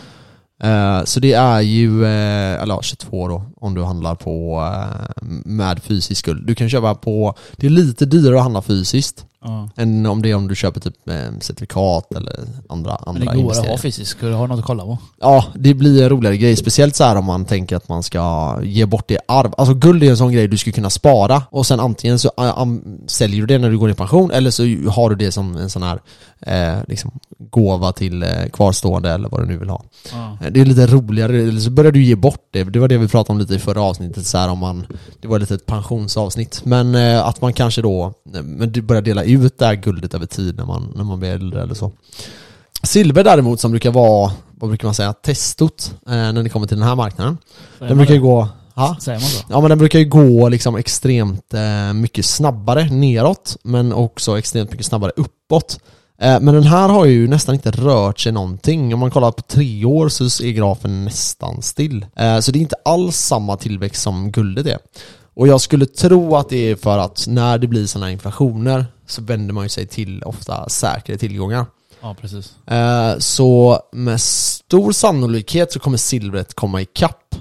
Speaker 2: Uh, så det är ju, uh, eller ja, tjugotvå då, om du handlar på uh, med fysisk guld. Du kan köpa på, det är lite dyrare att handla fysiskt uh. än om det är om du köper typ uh, certifikat eller andra, andra
Speaker 3: investeringar. Men det går att ha fysiskt, ska du ha något att kolla på? Ja,
Speaker 2: det blir en roligare grej, speciellt så här om man tänker att man ska ge bort det arv. Alltså guld är en sån grej du skulle kunna spara, och sen antingen så uh, um, säljer du det när du går i pension, eller så har du det som en sån här uh, liksom gåva till uh, kvarstående, eller vad du nu vill ha. Uh. Det är lite roligare, eller så börjar du ge bort det. Det var det vi pratade om lite i förra avsnittet, så här om man, det var lite ett pensionsavsnitt, men eh, att man kanske då men du börjar dela ut det här guldet över tid när man, när man blir äldre eller så. Silver däremot, som brukar vara, vad brukar man säga, testot eh, när det kommer till den här marknaden. Säger den brukar ju gå ha?
Speaker 3: Säger man så?
Speaker 2: Ja, men den brukar ju gå liksom extremt eh, mycket snabbare neråt, men också extremt mycket snabbare uppåt. Men den här har ju nästan inte rört sig någonting. Om man kollar på tre år så är grafen nästan still. Så det är inte alls samma tillväxt som guldet är. Och jag skulle tro att det är för att när det blir sådana här inflationer så vänder man ju sig till ofta säkrare tillgångar.
Speaker 3: Ja, precis.
Speaker 2: Så med stor sannolikhet så kommer silvret komma i kapp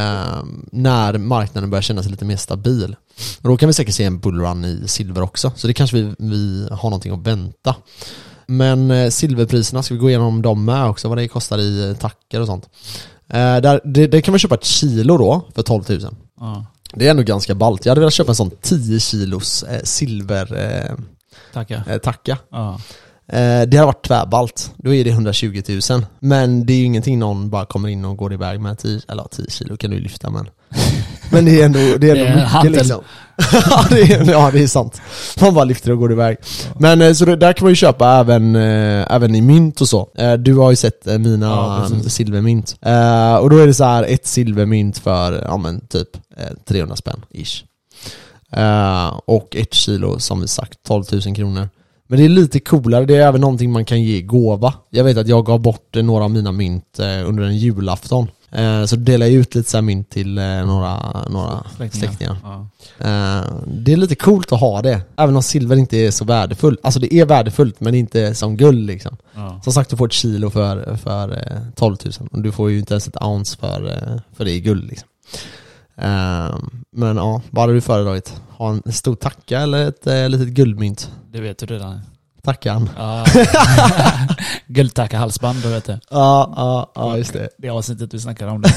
Speaker 2: när marknaden börjar känna sig lite mer stabil. Och då kan vi säkert se en bullrun i silver också. Så det kanske vi, vi har någonting att vänta. Men eh, silverpriserna, ska vi gå igenom dem med också, vad det kostar i eh, tacker och sånt. Eh, där, det, det kan man köpa ett kilo då för tolv tusen.
Speaker 3: Ja.
Speaker 2: Det är ändå ganska ballt. Jag hade velat köpa en sån tio kilos eh, silver eh,
Speaker 3: Tackar.
Speaker 2: eh, tacka.
Speaker 3: Ja.
Speaker 2: Eh, det har varit tvärballt. Då är det hundratjugo tusen. Men det är ju ingenting någon bara kommer in och går iväg med tio, eller tio kilo kan du lyfta, men men det är ändå, det är ändå
Speaker 3: Det är
Speaker 2: mycket
Speaker 3: handel.
Speaker 2: liksom. ja, det är, ja, det är sant. Man bara lyfter och går iväg. Men eh, så det, där kan man ju köpa även, eh, även i mynt och så. Eh, du har ju sett eh, mina
Speaker 3: Ja,
Speaker 2: silvermynt. Eh, och då är det så här ett silvermynt för, ja men typ eh, trehundra spänn ish. Eh, och ett kilo, som vi sagt, tolv tusen kronor. Men det är lite coolare, det är även någonting man kan ge i gåva. Jag vet att jag gav bort eh, några av mina mynt eh, under en julafton. Eh, så delar jag ut lite så här mynt till eh, några, några
Speaker 3: Släktingar.
Speaker 2: släktingar.
Speaker 3: Ja.
Speaker 2: Eh, det är lite coolt att ha det. Även om silver inte är så värdefullt. Alltså det är värdefullt, men inte som guld liksom.
Speaker 3: Ja.
Speaker 2: Som sagt, du får ett kilo för, för eh, tolv tusen. Och du får ju inte ens ett ounce för, eh, för det i guld liksom. Eh, men ja, vad hade du föredragit? Ha en stor tacka eller ett eh, litet guldmynt?
Speaker 3: Det vet du redan.
Speaker 2: Tackan.
Speaker 3: Ja. Guldtacka halsband, då vet du.
Speaker 2: Ja, ja, ja, just det.
Speaker 3: Det avsnittet vi snackar om det.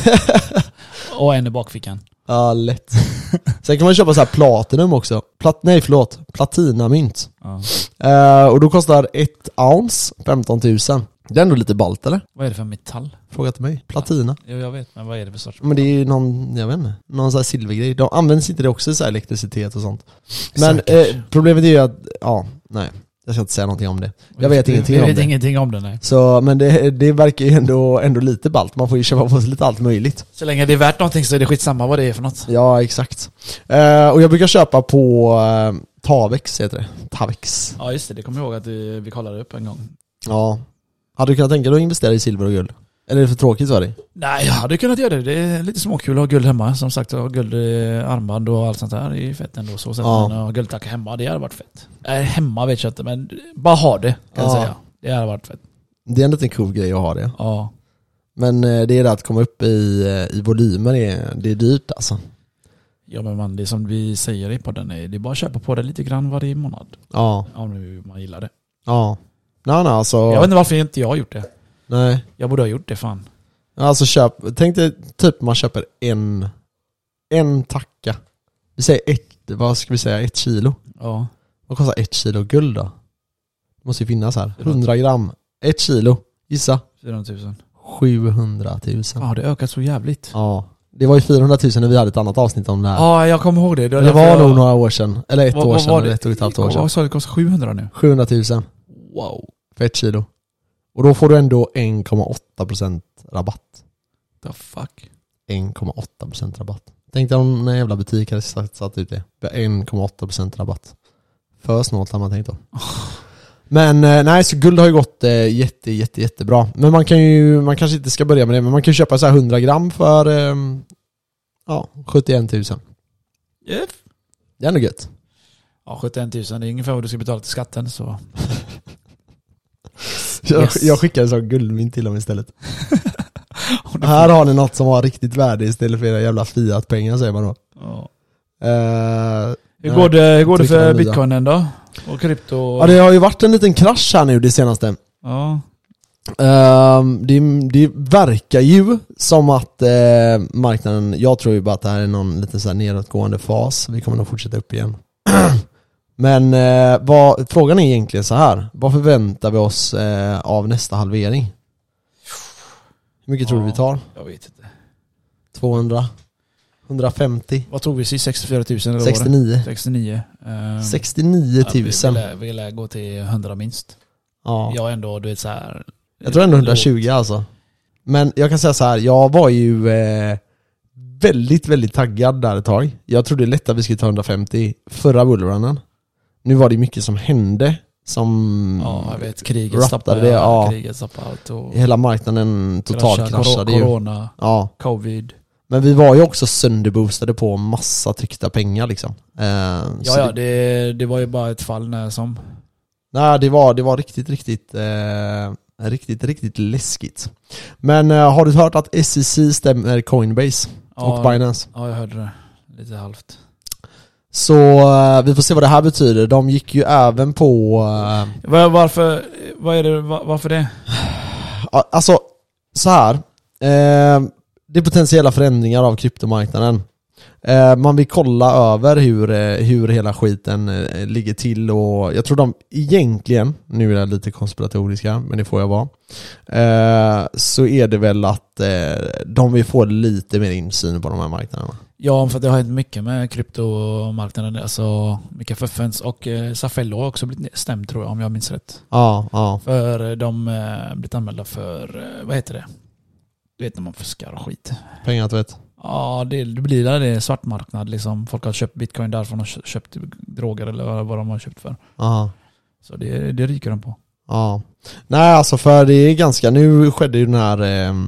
Speaker 3: Och en i bakfickan.
Speaker 2: Ja, lätt. Sen kan man köpa så här platinum också. Plat, nej, förlåt. Platinamynt.
Speaker 3: Ja.
Speaker 2: Eh, och då kostar ett ounce femton tusen. Det är ändå lite ballt, eller?
Speaker 3: Vad är det för metall?
Speaker 2: Fråga till mig. Platina.
Speaker 3: Jo, jag vet, men vad är det för sorts?
Speaker 2: Men det är ju någon, jag vet inte, någon sån här silvergrej. De används inte det också i så här elektricitet och sånt. Men
Speaker 3: Säkert.
Speaker 2: eh, problemet är ju att, ja, nej. Jag ska inte säga någonting om det. Jag vet ingenting
Speaker 3: jag
Speaker 2: om
Speaker 3: vet
Speaker 2: det.
Speaker 3: ingenting om det, nej.
Speaker 2: Så, men det, det verkar ju ändå, ändå lite ballt. Man får ju köpa på sig lite allt möjligt.
Speaker 3: Så länge det är värt någonting så är det skitsamma vad det är för något.
Speaker 2: Ja, exakt. Eh, och jag brukar köpa på eh, Tavex, heter det. Tavex.
Speaker 3: Ja, just det. Det kommer jag ihåg att vi, vi kollade upp en gång.
Speaker 2: Ja. Hade du kunnat tänka dig att investera i silver och guld? Eller är det för tråkigt för dig?
Speaker 3: Nej, jag hade kunnat göra det. Det är lite småkul att ha guld hemma. Som sagt, att ha guld i armband och allt sånt där. Det är fett ändå. Så sätt
Speaker 2: Ja.
Speaker 3: man ha guldtacka hemma. Det hade varit fett. Nej, hemma vet jag inte, men bara ha det, kan jag
Speaker 2: Ja.
Speaker 3: säga. Det hade varit fett.
Speaker 2: Det är ändå en cool grej att ha det.
Speaker 3: Ja.
Speaker 2: Men eh, det är det att komma upp i, eh, i volymer, det är, det är dyrt alltså.
Speaker 3: Ja, men man, det är som vi säger i podden, det är bara att köpa på det lite grann varje månad.
Speaker 2: Ja.
Speaker 3: Om nu man gillar det.
Speaker 2: Ja. Nej, nej, alltså.
Speaker 3: Jag vet inte varför inte jag har gjort det.
Speaker 2: Nej.
Speaker 3: Jag borde ha gjort det, fan.
Speaker 2: Alltså köp, tänk dig typ man köper en, en tacka. Vi säger ett, vad ska vi säga, ett kilo.
Speaker 3: Ja.
Speaker 2: Vad kostar ett kilo guld då? Det måste ju finnas här. hundra gram. Ett kilo. Gissa.
Speaker 3: fyrahundratusen.
Speaker 2: sjuhundratusen.
Speaker 3: Ja, det ökar så jävligt.
Speaker 2: Ja. Det var ju fyrahundratusen när vi hade ett annat avsnitt om det här.
Speaker 3: Ja, jag kommer ihåg det.
Speaker 2: Det,
Speaker 3: därför
Speaker 2: var
Speaker 3: jag-
Speaker 2: nog några år sedan. Eller ett
Speaker 3: Vad-
Speaker 2: år
Speaker 3: vad
Speaker 2: sedan.
Speaker 3: var
Speaker 2: Eller
Speaker 3: det?
Speaker 2: ett och ett halvt år sedan.
Speaker 3: Vad sa du, det kostar sjuhundra nu?
Speaker 2: sjuhundratusen
Speaker 3: Wow.
Speaker 2: för ett kilo. Och då får du ändå en komma åtta procent rabatt.
Speaker 3: The fuck?
Speaker 2: en komma åtta procent rabatt. Tänk dig om en jävla butik hade satt, satt ut det. en komma åtta procent rabatt. För snålt har man tänkt då. Men eh, nej, så guld har ju gått eh, jätte, jätte, jättebra. Men man kan ju, man kanske inte ska börja med det, men man kan ju köpa så här hundra gram för eh, ja, sjuttioen tusen.
Speaker 3: Yes.
Speaker 2: Det är ändå gött.
Speaker 3: Ja, sjuttioen tusen. Det är ungefär vad du ska betala till skatten, så...
Speaker 2: Jag,
Speaker 3: Yes.
Speaker 2: jag skickar en sån guldmynt till dem istället. Här har ni något som har riktigt värde istället för era jävla fiat-pengar, säger man då.
Speaker 3: Ja.
Speaker 2: Eh,
Speaker 3: Hur går det, hur går det
Speaker 2: Trycker
Speaker 3: för
Speaker 2: de nya.
Speaker 3: bitcoinen då? Och krypto?
Speaker 2: ja, det har ju varit en liten krasch här nu det senaste.
Speaker 3: Ja.
Speaker 2: Ehm, det, det verkar ju som att eh, marknaden, jag tror ju bara att det här är någon lite så här nedåtgående fas. Vi kommer nog fortsätta upp igen. Men eh, vad, frågan är egentligen så här. Vad förväntar vi oss eh, av nästa halvering? Hur mycket tror du vi tar?
Speaker 3: Jag vet inte.
Speaker 2: tvåhundra? hundrafemtio?
Speaker 3: Vad tog vi sist? sextiofyra tusen eller vad var det?
Speaker 2: sextionio?
Speaker 3: sextionio. Ehm,
Speaker 2: sextionio tusen.
Speaker 3: Ja, vi, vi, vi lär gå till hundra minst.
Speaker 2: Ja.
Speaker 3: Jag ändå, du vet så här.
Speaker 2: Jag tror ändå hundratjugo alltså. Men jag kan säga så här, jag var ju eh, väldigt, väldigt taggad där ett tag. Jag trodde lätt att vi skulle ta hundrafemtio förra bullrunnen. Nu var det mycket som hände som
Speaker 3: Ja, jag vet. Kriget
Speaker 2: rattade
Speaker 3: stoppade
Speaker 2: det, ja.
Speaker 3: Kriget stoppade allt. Och
Speaker 2: hela marknaden totalt
Speaker 3: krascha-
Speaker 2: kraschade
Speaker 3: kor-
Speaker 2: ju.
Speaker 3: Corona,
Speaker 2: Ja,
Speaker 3: covid.
Speaker 2: men vi var ju också sönderboostade på massa tryckta pengar liksom. Eh,
Speaker 3: Ja,
Speaker 2: så
Speaker 3: ja,
Speaker 2: det,
Speaker 3: det, det var ju bara ett fall när som...
Speaker 2: nej, det var, det var riktigt, riktigt eh, riktigt, riktigt läskigt. Men eh, har du hört att S E C stämmer Coinbase
Speaker 3: Ja,
Speaker 2: och Binance?
Speaker 3: Ja, jag hörde det. Lite halvt.
Speaker 2: Så uh, vi får se vad det här betyder. De gick ju även på... Uh,
Speaker 3: Var, varför, vad är det, var, varför det?
Speaker 2: Alltså, så här. Uh, det är potentiella förändringar av kryptomarknaden. Uh, man vill kolla över hur, uh, hur hela skiten uh, ligger till. Och jag tror de egentligen, nu är det lite konspiratoriska, men det får jag vara. Uh, så är det väl att uh, de vill få lite mer insyn på de här marknaderna.
Speaker 3: Ja, för det har hänt mycket med kryptomarknaden. Alltså Mika Fuffens och eh, Safello har också blivit stämd, tror jag, om jag minns rätt.
Speaker 2: Ja, ja.
Speaker 3: För de eh, blivit anmälda för, eh, vad heter det? Du vet när man fuskar och skit.
Speaker 2: Pengatvätt.
Speaker 3: Ja, det, det blir där, det är svartmarknad liksom. Folk har köpt bitcoin därifrån och köpt droger eller vad de har köpt för.
Speaker 2: Aha.
Speaker 3: Så det, det ryker de på.
Speaker 2: Ja. Nej, alltså för det är ganska, nu skedde ju den här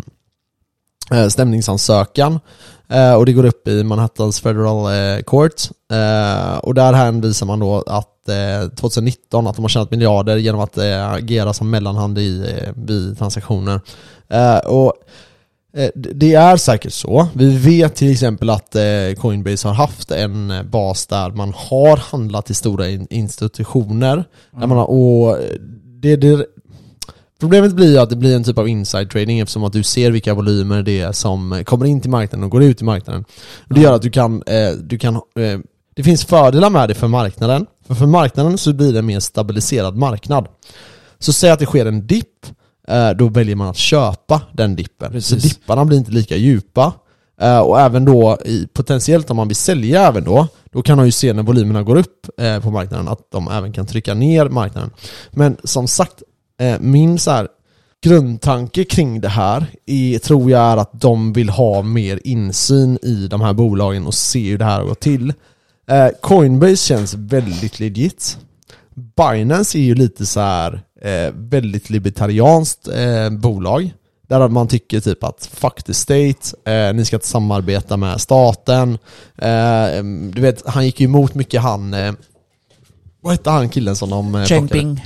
Speaker 2: eh, stämningsansökan. Uh, och det går upp i Manhattans Federal uh, Court. Uh, och där hänvisar man då att uh, tjugonitton att de har tjänat miljarder genom att uh, agera som mellanhand i, uh, vid transaktioner. Uh, och uh, det är säkert så. Vi vet till exempel att uh, Coinbase har haft en bas där man har handlat i stora in- institutioner. Mm. Där man har, och det, det Problemet blir att det blir en typ av inside trading eftersom att du ser vilka volymer det är som kommer in till marknaden och går ut i marknaden. Och det gör att du kan, eh, du kan eh, det finns fördelar med det för marknaden. För för marknaden så blir det en mer stabiliserad marknad. Så säg att det sker en dipp, eh, då väljer man att köpa den dippen. Precis. Så dipparna blir inte lika djupa. Eh, och även då, i, potentiellt om man vill sälja även då, då kan man ju se när volymerna går upp eh, på marknaden att de även kan trycka ner marknaden. Men som sagt, min så här grundtanke kring det här är, tror jag är att de vill ha mer insyn i de här bolagen och se hur det här går till. Eh, Coinbase känns väldigt legit. Binance är ju lite så här eh, väldigt libertarianskt eh, bolag. Där man tycker typ att fuck the state, eh, ni ska inte samarbeta med staten. Eh, du vet, han gick ju emot mycket han... Eh, vad heter han killen som de... Eh,
Speaker 3: Changping.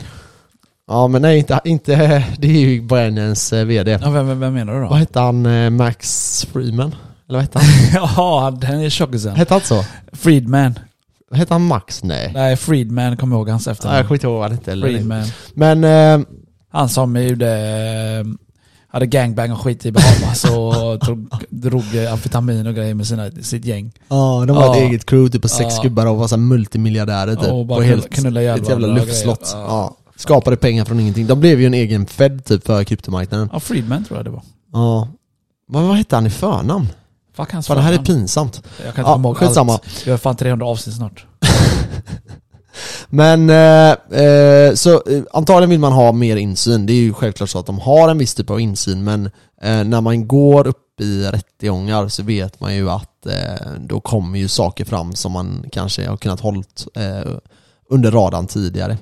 Speaker 2: Ja, men nej, inte, inte det är ju Binance vd.
Speaker 3: Ja, vem, vem menar du då?
Speaker 2: Vad heter han? Max Friedman? Eller vad heter han?
Speaker 3: Ja, den är tjockisen.
Speaker 2: Hette han så?
Speaker 3: Friedman.
Speaker 2: Hette han Max? Nej.
Speaker 3: Nej, Friedman, kommer jag ihåg hans efternamn.
Speaker 2: Ja, jag kommer inte ihåg vad han hette.
Speaker 3: Friedman.
Speaker 2: Men... Eh,
Speaker 3: han som gjorde... hade gangbang och skit i Bahamas och drog, drog amfetamin och grejer med sina, sitt gäng.
Speaker 2: Ja, de var
Speaker 3: ja.
Speaker 2: ett eget crew typ på sex
Speaker 3: ja.
Speaker 2: gubbar och var så multimiljardärer typ.
Speaker 3: Och bara
Speaker 2: på helt,
Speaker 3: knulla ihjäl
Speaker 2: ett jävla luftslott. Ja.
Speaker 3: Ja.
Speaker 2: Skapade pengar från ingenting. De blev ju en egen Fed typ för kryptomarknaden.
Speaker 3: Ja, Friedman tror jag det var.
Speaker 2: Ja. Men vad hette han i förnamn?
Speaker 3: Fuck hans
Speaker 2: Fan, det här är pinsamt.
Speaker 3: Jag kan inte komma ihåg
Speaker 2: skitsamma.
Speaker 3: allt. Vi har fan trehundra avsnitt snart.
Speaker 2: Men eh, eh, så eh, antagligen vill man ha mer insyn. Det är ju självklart så att de har en viss typ av insyn. Men eh, när man går upp i rättegångar så vet man ju att eh, då kommer ju saker fram som man kanske har kunnat hållt eh, under radarn tidigare.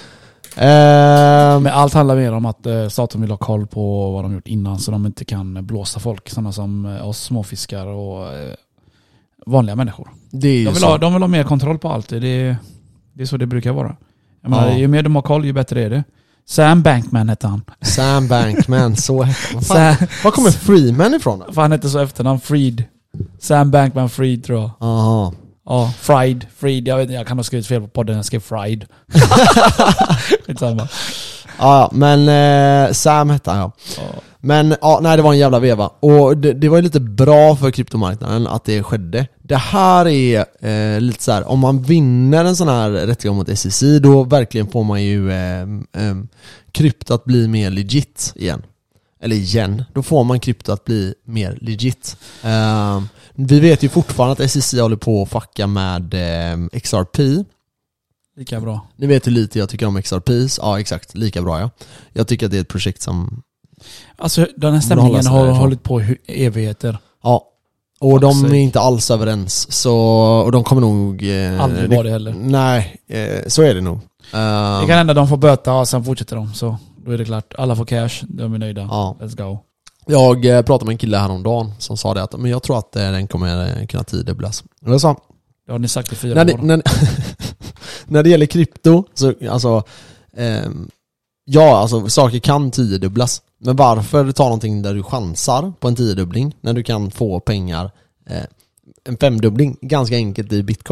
Speaker 3: Men allt handlar mer om att eh, staten vill ha koll på vad de gjort innan så de inte kan blåsa folk, sådana som eh, oss småfiskar och eh, vanliga människor.
Speaker 2: Det är ju
Speaker 3: de, vill
Speaker 2: så.
Speaker 3: ha, de vill ha mer kontroll på allt. Det är, det är så det brukar vara. Jag menar,
Speaker 2: Ja.
Speaker 3: ju mer de har koll, ju bättre är det. Sam Bankman hette han.
Speaker 2: Sam Bankman, så hette han. Fan,
Speaker 3: Sam,
Speaker 2: var kommer Freeman ifrån då?
Speaker 3: för han hette så efternamn, Freed. Sam Bankman Freed tror jag.
Speaker 2: Aha.
Speaker 3: Ja, Fried, Freed, jag vet inte, jag kan ha skrivit fel på podden, jag skrev Fried. Skitsamma.
Speaker 2: Ja, men eh, Sam hette han, ja.
Speaker 3: Ja.
Speaker 2: Men ja, nej, det var en jävla veva. Och det, det var ju lite bra för kryptomarknaden att det skedde. Det här är eh, lite så här, om man vinner en sån här rättegång mot S E C, då verkligen får man ju eh, eh, krypto att bli mer legit igen. Eller igen, då får man krypto att bli mer legit. Eh, vi vet ju fortfarande att S E C håller på att fucka med eh, X R P.
Speaker 3: Lika bra.
Speaker 2: Ni vet hur lite jag tycker om X R Ps. Ja, exakt. Lika bra, ja. Jag tycker att det är ett projekt som...
Speaker 3: Alltså den här stämningen har hållit på i evigheter.
Speaker 2: Ja. Och de
Speaker 3: Exakt.
Speaker 2: är inte alls överens. Så, och de kommer nog... Eh,
Speaker 3: Aldrig var det heller.
Speaker 2: Nej, eh, så är det nog. Uh,
Speaker 3: Det kan hända att de får böta och sen fortsätter de. Så då är det klart. Alla får cash, de är nöjda.
Speaker 2: Ja.
Speaker 3: Let's go.
Speaker 2: Jag eh, pratade med en kille häromdagen som sa det att men jag tror att eh, den kommer eh, kunna tiodubblas. Och jag sa...
Speaker 3: Det har ni sagt i fyra
Speaker 2: När det,
Speaker 3: år.
Speaker 2: när, när det gäller krypto så alltså... Eh, ja, alltså saker kan tiodubblas. Men varför ta någonting där du chansar på en tiodubbling när du kan få pengar, eh, en femdubbling ganska enkelt i bitcoin?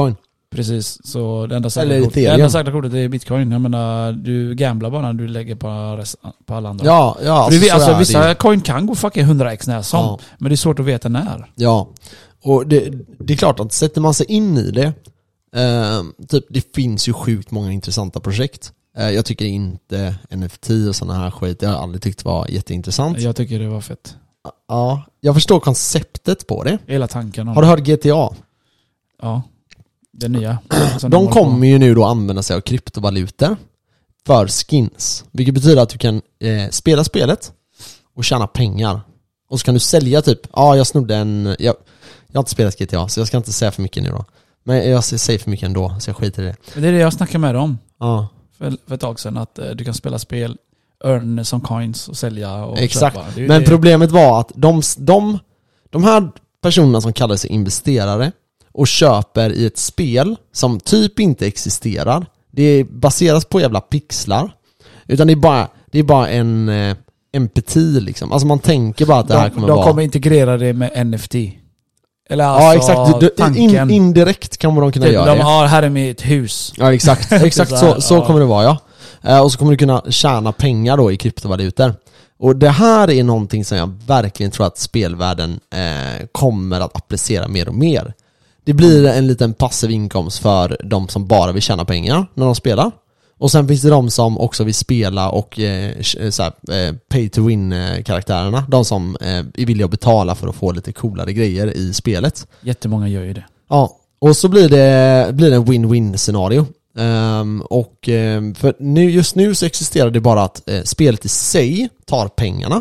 Speaker 3: Precis, så det enda
Speaker 2: Eller
Speaker 3: säkra kortet, det
Speaker 2: Ethereum.
Speaker 3: enda säkra kortet är bitcoin. Jag menar, du gamblar bara när du lägger på, rest, på alla andra.
Speaker 2: Ja, ja.
Speaker 3: För
Speaker 2: Alltså,
Speaker 3: du vet,
Speaker 2: så
Speaker 3: alltså,
Speaker 2: är
Speaker 3: vissa
Speaker 2: det ju.
Speaker 3: coin kan gå fucking hundra x när som,
Speaker 2: Ja.
Speaker 3: men det är svårt att veta när.
Speaker 2: Ja, och det, det är klart att sätter man sig in i det, eh, typ det finns ju sjukt många intressanta projekt. Eh, jag tycker inte N F T och sådana här skit, jag har aldrig tyckt var jätteintressant.
Speaker 3: Jag tycker det var fett.
Speaker 2: Ja, jag förstår konceptet på det.
Speaker 3: Hela tanken om
Speaker 2: Har du hört G T A?
Speaker 3: Ja, det nya. Som
Speaker 2: De
Speaker 3: håller på.
Speaker 2: kommer ju nu då använda sig av kryptovalutor för skins. Vilket betyder att du kan eh, spela spelet och tjäna pengar. Och så kan du sälja typ, ja ah, jag snodde en, jag, jag har inte spelat G T A så jag ska inte säga för mycket nu då. Men jag säger för mycket ändå så jag skiter i det.
Speaker 3: Men det är det jag snackar med dem
Speaker 2: Ja,
Speaker 3: för, för ett tag sedan. Att eh, du kan spela spel, earn som coins och sälja och
Speaker 2: exakt.
Speaker 3: köpa. Det är ju
Speaker 2: Men
Speaker 3: det.
Speaker 2: problemet var att de, de, de här personerna som kallar sig investerare och köper i ett spel som typ inte existerar. Det baseras på jävla pixlar. Utan det är bara, det är bara en eh, empati liksom. Alltså man tänker bara att det här
Speaker 3: de,
Speaker 2: kommer
Speaker 3: de
Speaker 2: vara...
Speaker 3: kommer integrera det med N F T. Eller alltså
Speaker 2: ja exakt, du, du,
Speaker 3: tanken.
Speaker 2: in, indirekt kommer de kunna
Speaker 3: typ,
Speaker 2: göra
Speaker 3: de,
Speaker 2: det.
Speaker 3: ja, här är mitt hus.
Speaker 2: Ja exakt, exakt
Speaker 3: Så
Speaker 2: så,
Speaker 3: här,
Speaker 2: så
Speaker 3: ja.
Speaker 2: kommer det vara ja. Eh, och så kommer du kunna tjäna pengar då i kryptovalutor. Och det här är någonting som jag verkligen tror att spelvärlden eh, kommer att applicera mer och mer. Det blir en liten passiv inkomst för de som bara vill tjäna pengar när de spelar. Och sen finns det de som också vill spela och eh, så här, eh, pay to win eh, karaktärerna. De som eh, är villiga att betala för att få lite coolare grejer i spelet.
Speaker 3: Jättemånga gör ju det.
Speaker 2: Ja, och så blir det, blir det en win-win scenario. Um, och um, för nu, just nu så existerar det bara att uh, spelet i sig tar pengarna.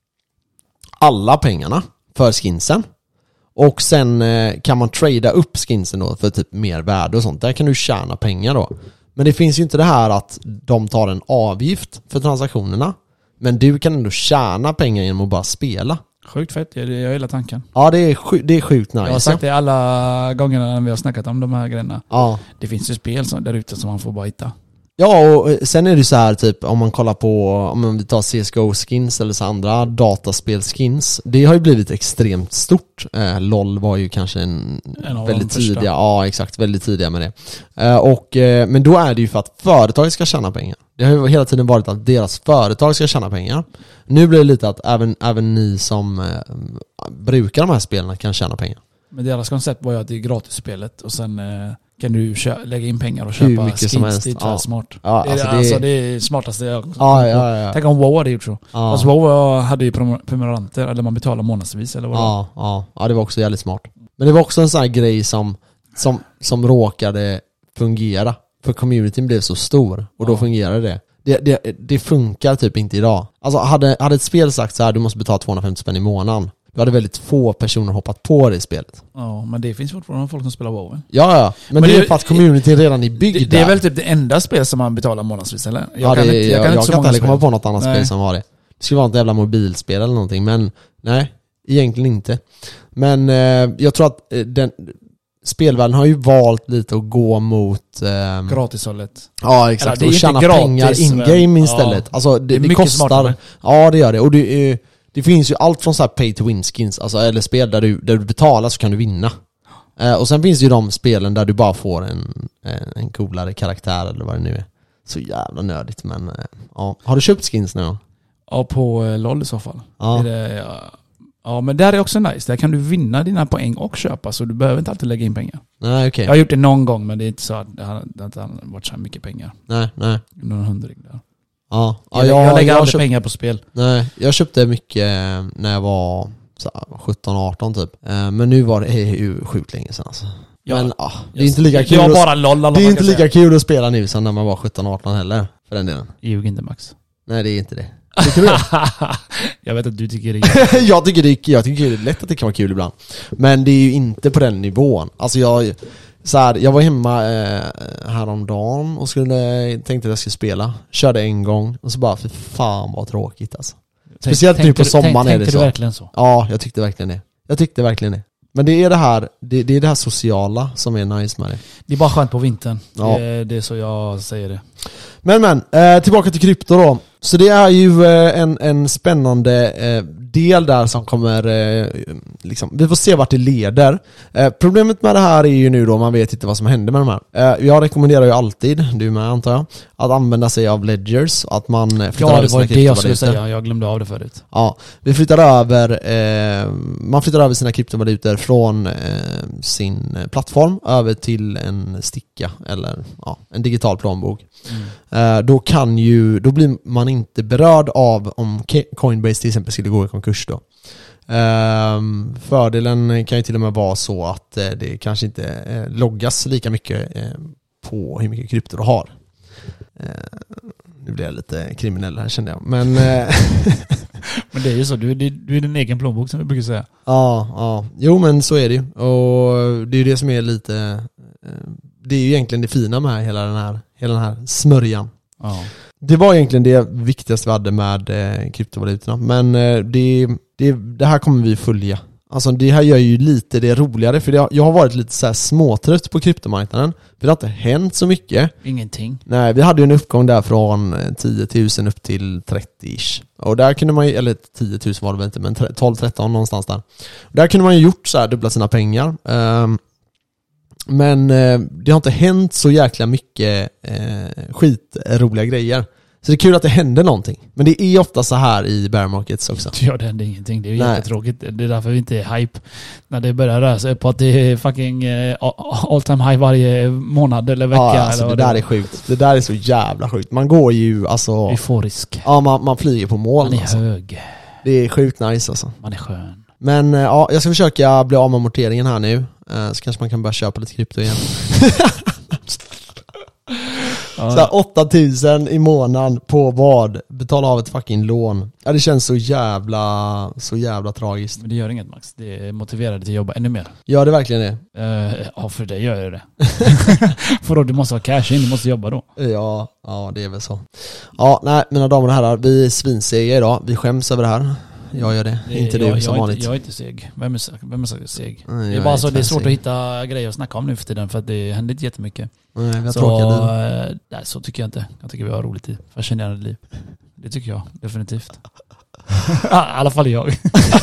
Speaker 2: Alla pengarna för skinsen. Och sen uh, kan man trada upp skinsen då för typ mer värde och sånt. Där kan du tjäna pengar då. Men det finns ju inte det här att de tar en avgift för transaktionerna. Men du kan ändå tjäna pengar genom att bara spela.
Speaker 3: Sjukt fett, jag, jag gillar tanken.
Speaker 2: Ja, det är, sjuk, det är sjukt nice.
Speaker 3: Jag har sagt det alla gånger när vi har snackat om de här grejerna.
Speaker 2: Ja.
Speaker 3: Det finns ju spel som, där ute som man får bara hitta.
Speaker 2: Ja, och sen är det ju så här typ om man kollar på, om vi tar C S G O-skins eller så andra dataspel-skins. Det har ju blivit extremt stort. Eh, LOL var ju kanske en,
Speaker 3: En av
Speaker 2: väldigt
Speaker 3: de första.
Speaker 2: tidiga, ja exakt, väldigt tidiga med det. Eh, och, eh, men då är det ju för att företag ska tjäna pengar. Det har ju hela tiden varit att deras företag ska tjäna pengar. Nu blir det lite att även, även ni som eh, brukar de här spelen kan tjäna pengar.
Speaker 3: Men deras koncept var ju att det är gratisspelet och sen eh, kan du kö- lägga in pengar och
Speaker 2: Hur
Speaker 3: köpa
Speaker 2: mycket
Speaker 3: skins.
Speaker 2: som helst.
Speaker 3: Det är
Speaker 2: Ja.
Speaker 3: smart.
Speaker 2: Ja,
Speaker 3: det, är,
Speaker 2: alltså
Speaker 3: alltså,
Speaker 2: det
Speaker 3: det,
Speaker 2: är-
Speaker 3: det är smartaste jag
Speaker 2: Ja, ja, ja.
Speaker 3: Tänk om WoW hade gjort så.
Speaker 2: Ja.
Speaker 3: Alltså WoW hade ju prenum- prenumeranter, eller man betalar månadsvis eller vad det var.
Speaker 2: Ja, ja, ja, det var också jävligt smart. Men det var också en sån här grej som, som, som råkade fungera. För communityn blev så stor och då
Speaker 3: Ja.
Speaker 2: fungerade det. Det, det. det funkar typ inte idag. Alltså hade, hade ett spel sagt så här: du måste betala tvåhundrafemtio spänn i månaden. Då hade väldigt få personer hoppat på det spelet.
Speaker 3: Ja, men det finns fortfarande folk som spelar WoW.
Speaker 2: Ja, ja. Men,
Speaker 3: Men
Speaker 2: det är
Speaker 3: det-
Speaker 2: för att communityn redan är byggd
Speaker 3: Det, det är
Speaker 2: där.
Speaker 3: väl typ det enda spel som man betalar månadsvis, eller? Jag
Speaker 2: ja,
Speaker 3: kan
Speaker 2: det,
Speaker 3: inte,
Speaker 2: jag, jag,
Speaker 3: inte
Speaker 2: jag
Speaker 3: så
Speaker 2: kan inte
Speaker 3: många
Speaker 2: heller komma
Speaker 3: spel.
Speaker 2: på något annat
Speaker 3: Nej.
Speaker 2: spel som var det. Det skulle vara ett jävla mobilspel eller någonting, men nej, egentligen inte. Men eh, jag tror att eh, den spelvärlden har ju valt lite att gå mot eh,
Speaker 3: Gratishållet.
Speaker 2: ja exakt,
Speaker 3: Eller, det är
Speaker 2: och
Speaker 3: inte
Speaker 2: tjäna
Speaker 3: gratis,
Speaker 2: pengar
Speaker 3: men-
Speaker 2: in-game
Speaker 3: ja.
Speaker 2: istället. Alltså det,
Speaker 3: Det är
Speaker 2: det,
Speaker 3: mycket
Speaker 2: kostar.
Speaker 3: smartare.
Speaker 2: Ja, det gör det. Och det, eh, det finns ju allt från så här pay to win skins, alltså, eller spel där du, där du betalar så kan du vinna. Eh, och sen finns det ju de spelen där du bara får en, en, en coolare karaktär eller vad det nu är. Så jävla nördigt, men eh, ja. Har du köpt skins nu då?
Speaker 3: Ja, på eh, LOL i så fall.
Speaker 2: Ja.
Speaker 3: Är det, ja. ja, men där är också nice. Där kan du vinna dina poäng och köpa, så du behöver inte alltid lägga in pengar.
Speaker 2: Nej, okej.
Speaker 3: Jag har gjort det någon gång, men det är inte så att det har, det har inte varit så här mycket pengar.
Speaker 2: Nej, nej.
Speaker 3: Någon hundring där.
Speaker 2: Ja. ja
Speaker 3: Jag, jag, jag lägger aldrig
Speaker 2: köpt,
Speaker 3: pengar på spel.
Speaker 2: nej, jag köpte mycket eh, när jag var så här, sjutton arton typ. Eh, men nu var det är ju sjukt länge sedan alltså.
Speaker 3: Ja,
Speaker 2: Men ah, det är
Speaker 3: Just-
Speaker 2: inte lika
Speaker 3: det
Speaker 2: kul
Speaker 3: var
Speaker 2: att,
Speaker 3: bara LOL, alla
Speaker 2: det är
Speaker 3: man
Speaker 2: inte
Speaker 3: kan
Speaker 2: lika
Speaker 3: säga.
Speaker 2: kul att spela nu som när man var sjutton arton heller, för den delen.
Speaker 3: Ljug inte, Max.
Speaker 2: Nej, det är inte det. Tycker du det?
Speaker 3: Jag vet att du tycker det är
Speaker 2: jag, tycker det är, jag tycker det är lätt att det kan vara kul ibland. Men det är ju inte på den nivån. Alltså jag, så här, jag var hemma eh, häromdagen och skulle, tänkte att jag skulle spela. Körde en gång och så bara, för fan vad tråkigt alltså. Speciellt nu på
Speaker 3: Tänkte du-
Speaker 2: sommaren
Speaker 3: tänk,
Speaker 2: är det
Speaker 3: tänkte
Speaker 2: så.
Speaker 3: du verkligen så?
Speaker 2: Ja, jag tyckte verkligen det. Jag tyckte verkligen det. Men det är det här, det, det är det här sociala som är nice med det.
Speaker 3: Det är bara skönt på vintern.
Speaker 2: Ja.
Speaker 3: Det, det är så jag säger det.
Speaker 2: Men men, eh, tillbaka till krypto då. Så det är ju eh, en, en spännande eh, del där som kommer eh, liksom, vi får se vart det leder. Eh, problemet med det här är ju nu då, man vet inte vad som händer med de här. Eh, jag rekommenderar ju alltid, du med antar jag, att använda sig av ledgers, att man flyttar
Speaker 3: ja,
Speaker 2: över
Speaker 3: det var
Speaker 2: sina
Speaker 3: det jag skulle
Speaker 2: kryptovalutor.
Speaker 3: säga, jag glömde av det förut.
Speaker 2: Ja, vi flyttar över eh, man flyttar över sina kryptovalutor från eh, sin plattform över till en sticka eller ja, en digital plånbok. Mm. Eh, då kan ju då blir man inte berörd av om Coinbase till exempel skulle gå i konkurs då. Eh, fördelen kan ju till och med vara så att eh, det kanske inte eh, loggas lika mycket eh, på hur mycket krypto du har. Eh, nu blir jag lite kriminell här känner jag. Men, eh,
Speaker 3: men det är ju så, du, du är din egen plånbok som vi brukar säga.
Speaker 2: Ja, ja. Jo men så är det ju. Och det är ju det som är lite eh, det är ju egentligen det fina med hela den här, hela den här smörjan.
Speaker 3: Ja.
Speaker 2: Det var egentligen det viktigaste vi hade med eh, kryptovalutorna. Men eh, det, det, det här kommer vi följa. Alltså det här gör ju lite det roligare. För det, jag har varit lite så här småtrött på kryptomarknaden. För det har inte hänt så mycket.
Speaker 3: Ingenting.
Speaker 2: Nej, vi hade ju en uppgång där från tio tusen upp till trettio-ish. Och där kunde man ju, eller tio tusen var det väl inte, men tolv tretton någonstans där. Där kunde man ju gjort så här, dubbla sina pengar. Um, men uh, det har inte hänt så jäkla mycket uh, skitroliga grejer. Så det är kul att det händer någonting. Men det är ofta så här i bear markets också.
Speaker 3: Ja, det händer ingenting. Det är ju
Speaker 2: Nej.
Speaker 3: jättetråkigt. Det är därför vi inte är hype. När det börjar röra sig på att det är fucking uh, all time high varje månad eller vecka.
Speaker 2: Ja, alltså
Speaker 3: eller
Speaker 2: det där
Speaker 3: det
Speaker 2: är sjukt. Det där är så jävla sjukt. Man går ju alltså...
Speaker 3: euforisk.
Speaker 2: Ja, man, man flyger på mål.
Speaker 3: Man är
Speaker 2: alltså.
Speaker 3: hög.
Speaker 2: Det är sjukt nice alltså.
Speaker 3: Man är skön.
Speaker 2: Men ja, jag ska försöka bli av med amorteringen här nu. Så kanske man kan börja köpa lite krypto igen.
Speaker 3: Ja.
Speaker 2: Så här, åtta tusen i månaden på vad? Betala av ett fucking lån. Ja, det känns så jävla så jävla tragiskt.
Speaker 3: Men det gör inget Max. Det motiverar dig till att jobba ännu mer.
Speaker 2: Gör det verkligen det?
Speaker 3: Uh, ja, för det gör det. För då du måste ha cash in, du måste jobba då.
Speaker 2: Ja, ja, det är väl så. Ja, nej, mina damer och herrar, vi är svinsega idag. Vi skäms över det här. Jag gör det, det inte
Speaker 3: jag,
Speaker 2: du som
Speaker 3: jag
Speaker 2: vanligt.
Speaker 3: Inte, jag är inte seg. Vem är, vem är seg?
Speaker 2: Nej,
Speaker 3: det är bara så det är svårt seg. Att hitta grejer att snacka om nu för tiden för att det händer inte jättemycket.
Speaker 2: Nej, vi har
Speaker 3: så,
Speaker 2: tråkiga liv.
Speaker 3: Nej, så tycker jag inte. Jag tycker vi har roligt liv. Fascinerande liv. Det tycker jag, definitivt. I alla fall jag.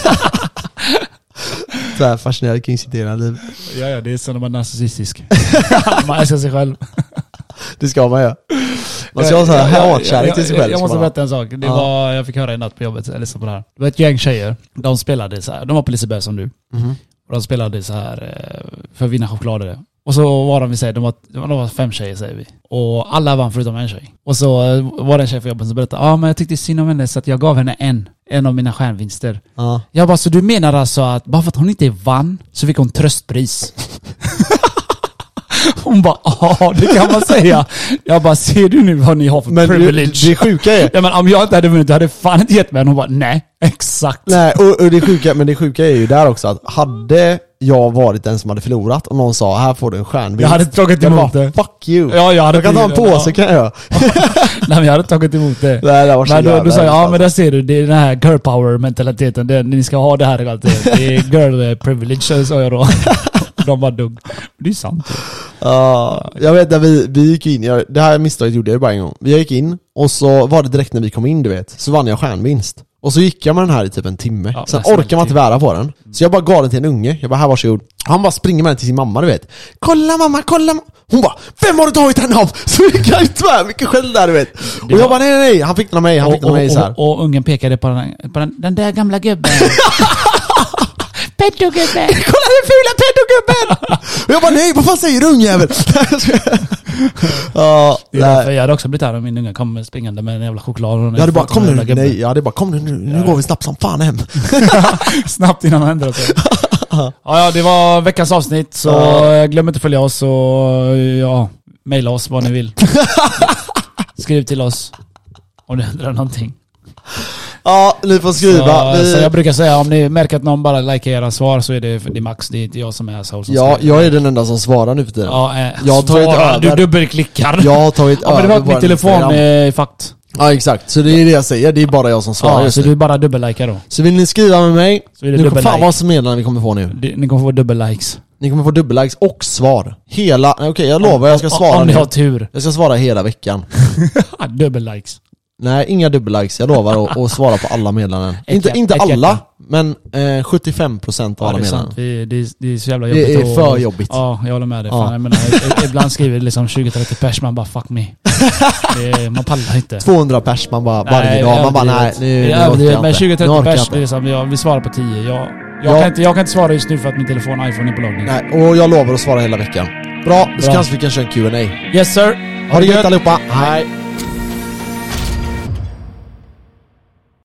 Speaker 2: Så här fascinerande kring sitt egna liv.
Speaker 3: Ja, ja, det är så när man är narcissistisk. Man älskar sig själv.
Speaker 2: Det ska man göra. Man ska ha så här hatkärlek till sig själv.
Speaker 3: Jag, jag måste berätta en sak. Det
Speaker 2: ja. var,
Speaker 3: jag fick höra en natt på jobbet, eller så på det här. Det var ett gäng tjejer. De spelade så här. De var på Liseberg som du.
Speaker 2: Mm-hmm.
Speaker 3: Och de spelade så här för att vinna choklader. Och så var de, vi säger, de var, de var fem tjejer säger vi. Och alla vann förutom en tjej. Och så var det en tjej för jobbet som berättade, ja ah, men jag tyckte synd om henne så att jag gav henne en. En av mina stjärnvinster.
Speaker 2: Ja.
Speaker 3: Jag bara, så du menar alltså att bara för att hon inte vann så fick hon tröstpris? Hon bara, ja det kan man säga. Jag bara, ser du nu vad ni har för
Speaker 2: men
Speaker 3: privilege?
Speaker 2: Det, det sjuka är...
Speaker 3: Ja men om jag inte hade vunnit, hade fan inte gett mig. Hon bara, nej, exakt.
Speaker 2: Nej, och, och det sjuka, men det sjuka är ju där också att hade jag varit den som hade förlorat och någon sa, här får du en stjärnvinst.
Speaker 3: Jag hade tagit emot
Speaker 2: bara,
Speaker 3: det.
Speaker 2: Fuck you.
Speaker 3: Ja, jag hade
Speaker 2: jag kan ta en påse, ja. Kan jag.
Speaker 3: Nej men jag hade tagit emot det.
Speaker 2: Nej, det var så
Speaker 3: men då, då sa jag, ja
Speaker 2: alltså.
Speaker 3: men där ser du, det är den här girl power mentaliteten. Det, ni ska ha det här hela tiden. Det är girl privilege, sa jag då. De bara dog. Det är sant.
Speaker 2: Ja, uh, jag vet att vi, vi gick in, jag, det här misstaget gjorde jag bara en gång. Vi gick in och så var det direkt när vi kom in, du vet, så vann jag stjärnvinst. Och så gick jag med den här i typ en timme. Ja, sen orkar man inte bära på den. Så jag bara gav den till en unge. Jag bara, här varsågod. Han bara springer med den till sin mamma, du vet. Kolla mamma, kolla mamma. Hon bara, vem har du tagit den av? Så gick jag ut tvär mycket själv där, du vet. Och jag bara, nej nej nej. Han fick den av mig, han fick den av mig så här.
Speaker 3: Och, och, och ungen pekade på den, på den, den där gamla gubben. Pettogubben!
Speaker 2: Kolla den fula pettogubben! Och jag bara, nej, vad fan säger du ungjävel? Ja,
Speaker 3: ja, jag hade också blivit här om min unga kom springande med en jävla choklad.
Speaker 2: Jag hade bara, kom nu, nej, jag hade bara, kom nu, nu, nu ja. går vi snabbt som fan hem.
Speaker 3: Snabbt innan han ändrar sig. Ja, ja, det var veckans avsnitt, så ja. glöm inte att följa oss och ja, mejla oss vad ni vill. Skriv till oss om ni undrar någonting.
Speaker 2: Ja, ni får skriva.
Speaker 3: Så,
Speaker 2: vi...
Speaker 3: så jag brukar säga, om ni märker att någon bara likar era svar så är det, det är Max, det är inte jag som är så som
Speaker 2: ja,
Speaker 3: skriver.
Speaker 2: jag är den enda som svarar nu för tiden.
Speaker 3: Ja, eh,
Speaker 2: jag har tagit över.
Speaker 3: Du dubbelklickar.
Speaker 2: Jag har tagit
Speaker 3: ja, men det var min telefon i fakt.
Speaker 2: Ja, exakt. Så det är det jag säger. Det är bara jag som svarar.
Speaker 3: Ja, så du bara dubbellikar då.
Speaker 2: Så vill ni skriva med mig,
Speaker 3: så är det
Speaker 2: nu
Speaker 3: dubbel
Speaker 2: fan
Speaker 3: like.
Speaker 2: vad som meddelande vi kommer få nu.
Speaker 3: Det, ni kommer få dubbellikes.
Speaker 2: Ni kommer få dubbellikes och svar. Hela, okej okay, jag lovar jag ska svara
Speaker 3: om, om
Speaker 2: nu.
Speaker 3: ni har tur.
Speaker 2: Jag ska svara hela veckan.
Speaker 3: Dubbellikes.
Speaker 2: Nej, inga dubbellikes, jag lovar att, att svara på alla meddelanden. Inte, inte alla, men eh, sjuttiofem procent av
Speaker 3: ja,
Speaker 2: alla
Speaker 3: det är
Speaker 2: meddelanden.
Speaker 3: sant. Det, det, det är så jävla jobbigt.
Speaker 2: Det är för
Speaker 3: och,
Speaker 2: jobbigt.
Speaker 3: Ja, jag håller med dig.
Speaker 2: Ja.
Speaker 3: Fan, jag menar, ibland skriver det liksom tjugo trettio pers, man bara fuck me. Det, man pallar inte.
Speaker 2: tvåhundra pers, man bara varje
Speaker 3: Nej,
Speaker 2: dag, man bara nej, nu, nu
Speaker 3: det är
Speaker 2: orkar
Speaker 3: överdrivet,
Speaker 2: jag
Speaker 3: men
Speaker 2: inte.
Speaker 3: tjugo
Speaker 2: Nu
Speaker 3: trettio
Speaker 2: orkar jag
Speaker 3: pers,
Speaker 2: inte.
Speaker 3: det är liksom, jag, vi svarar på tio. Jag, jag,
Speaker 2: Ja.
Speaker 3: kan inte, jag kan inte svara just nu för att min telefon iPhone är på lagning.
Speaker 2: Nej, och jag lovar att svara hela veckan. Bra, så
Speaker 3: Bra.
Speaker 2: kanske vi kan köra en Q and A.
Speaker 3: Yes sir.
Speaker 2: Ha det gött allihopa, hej!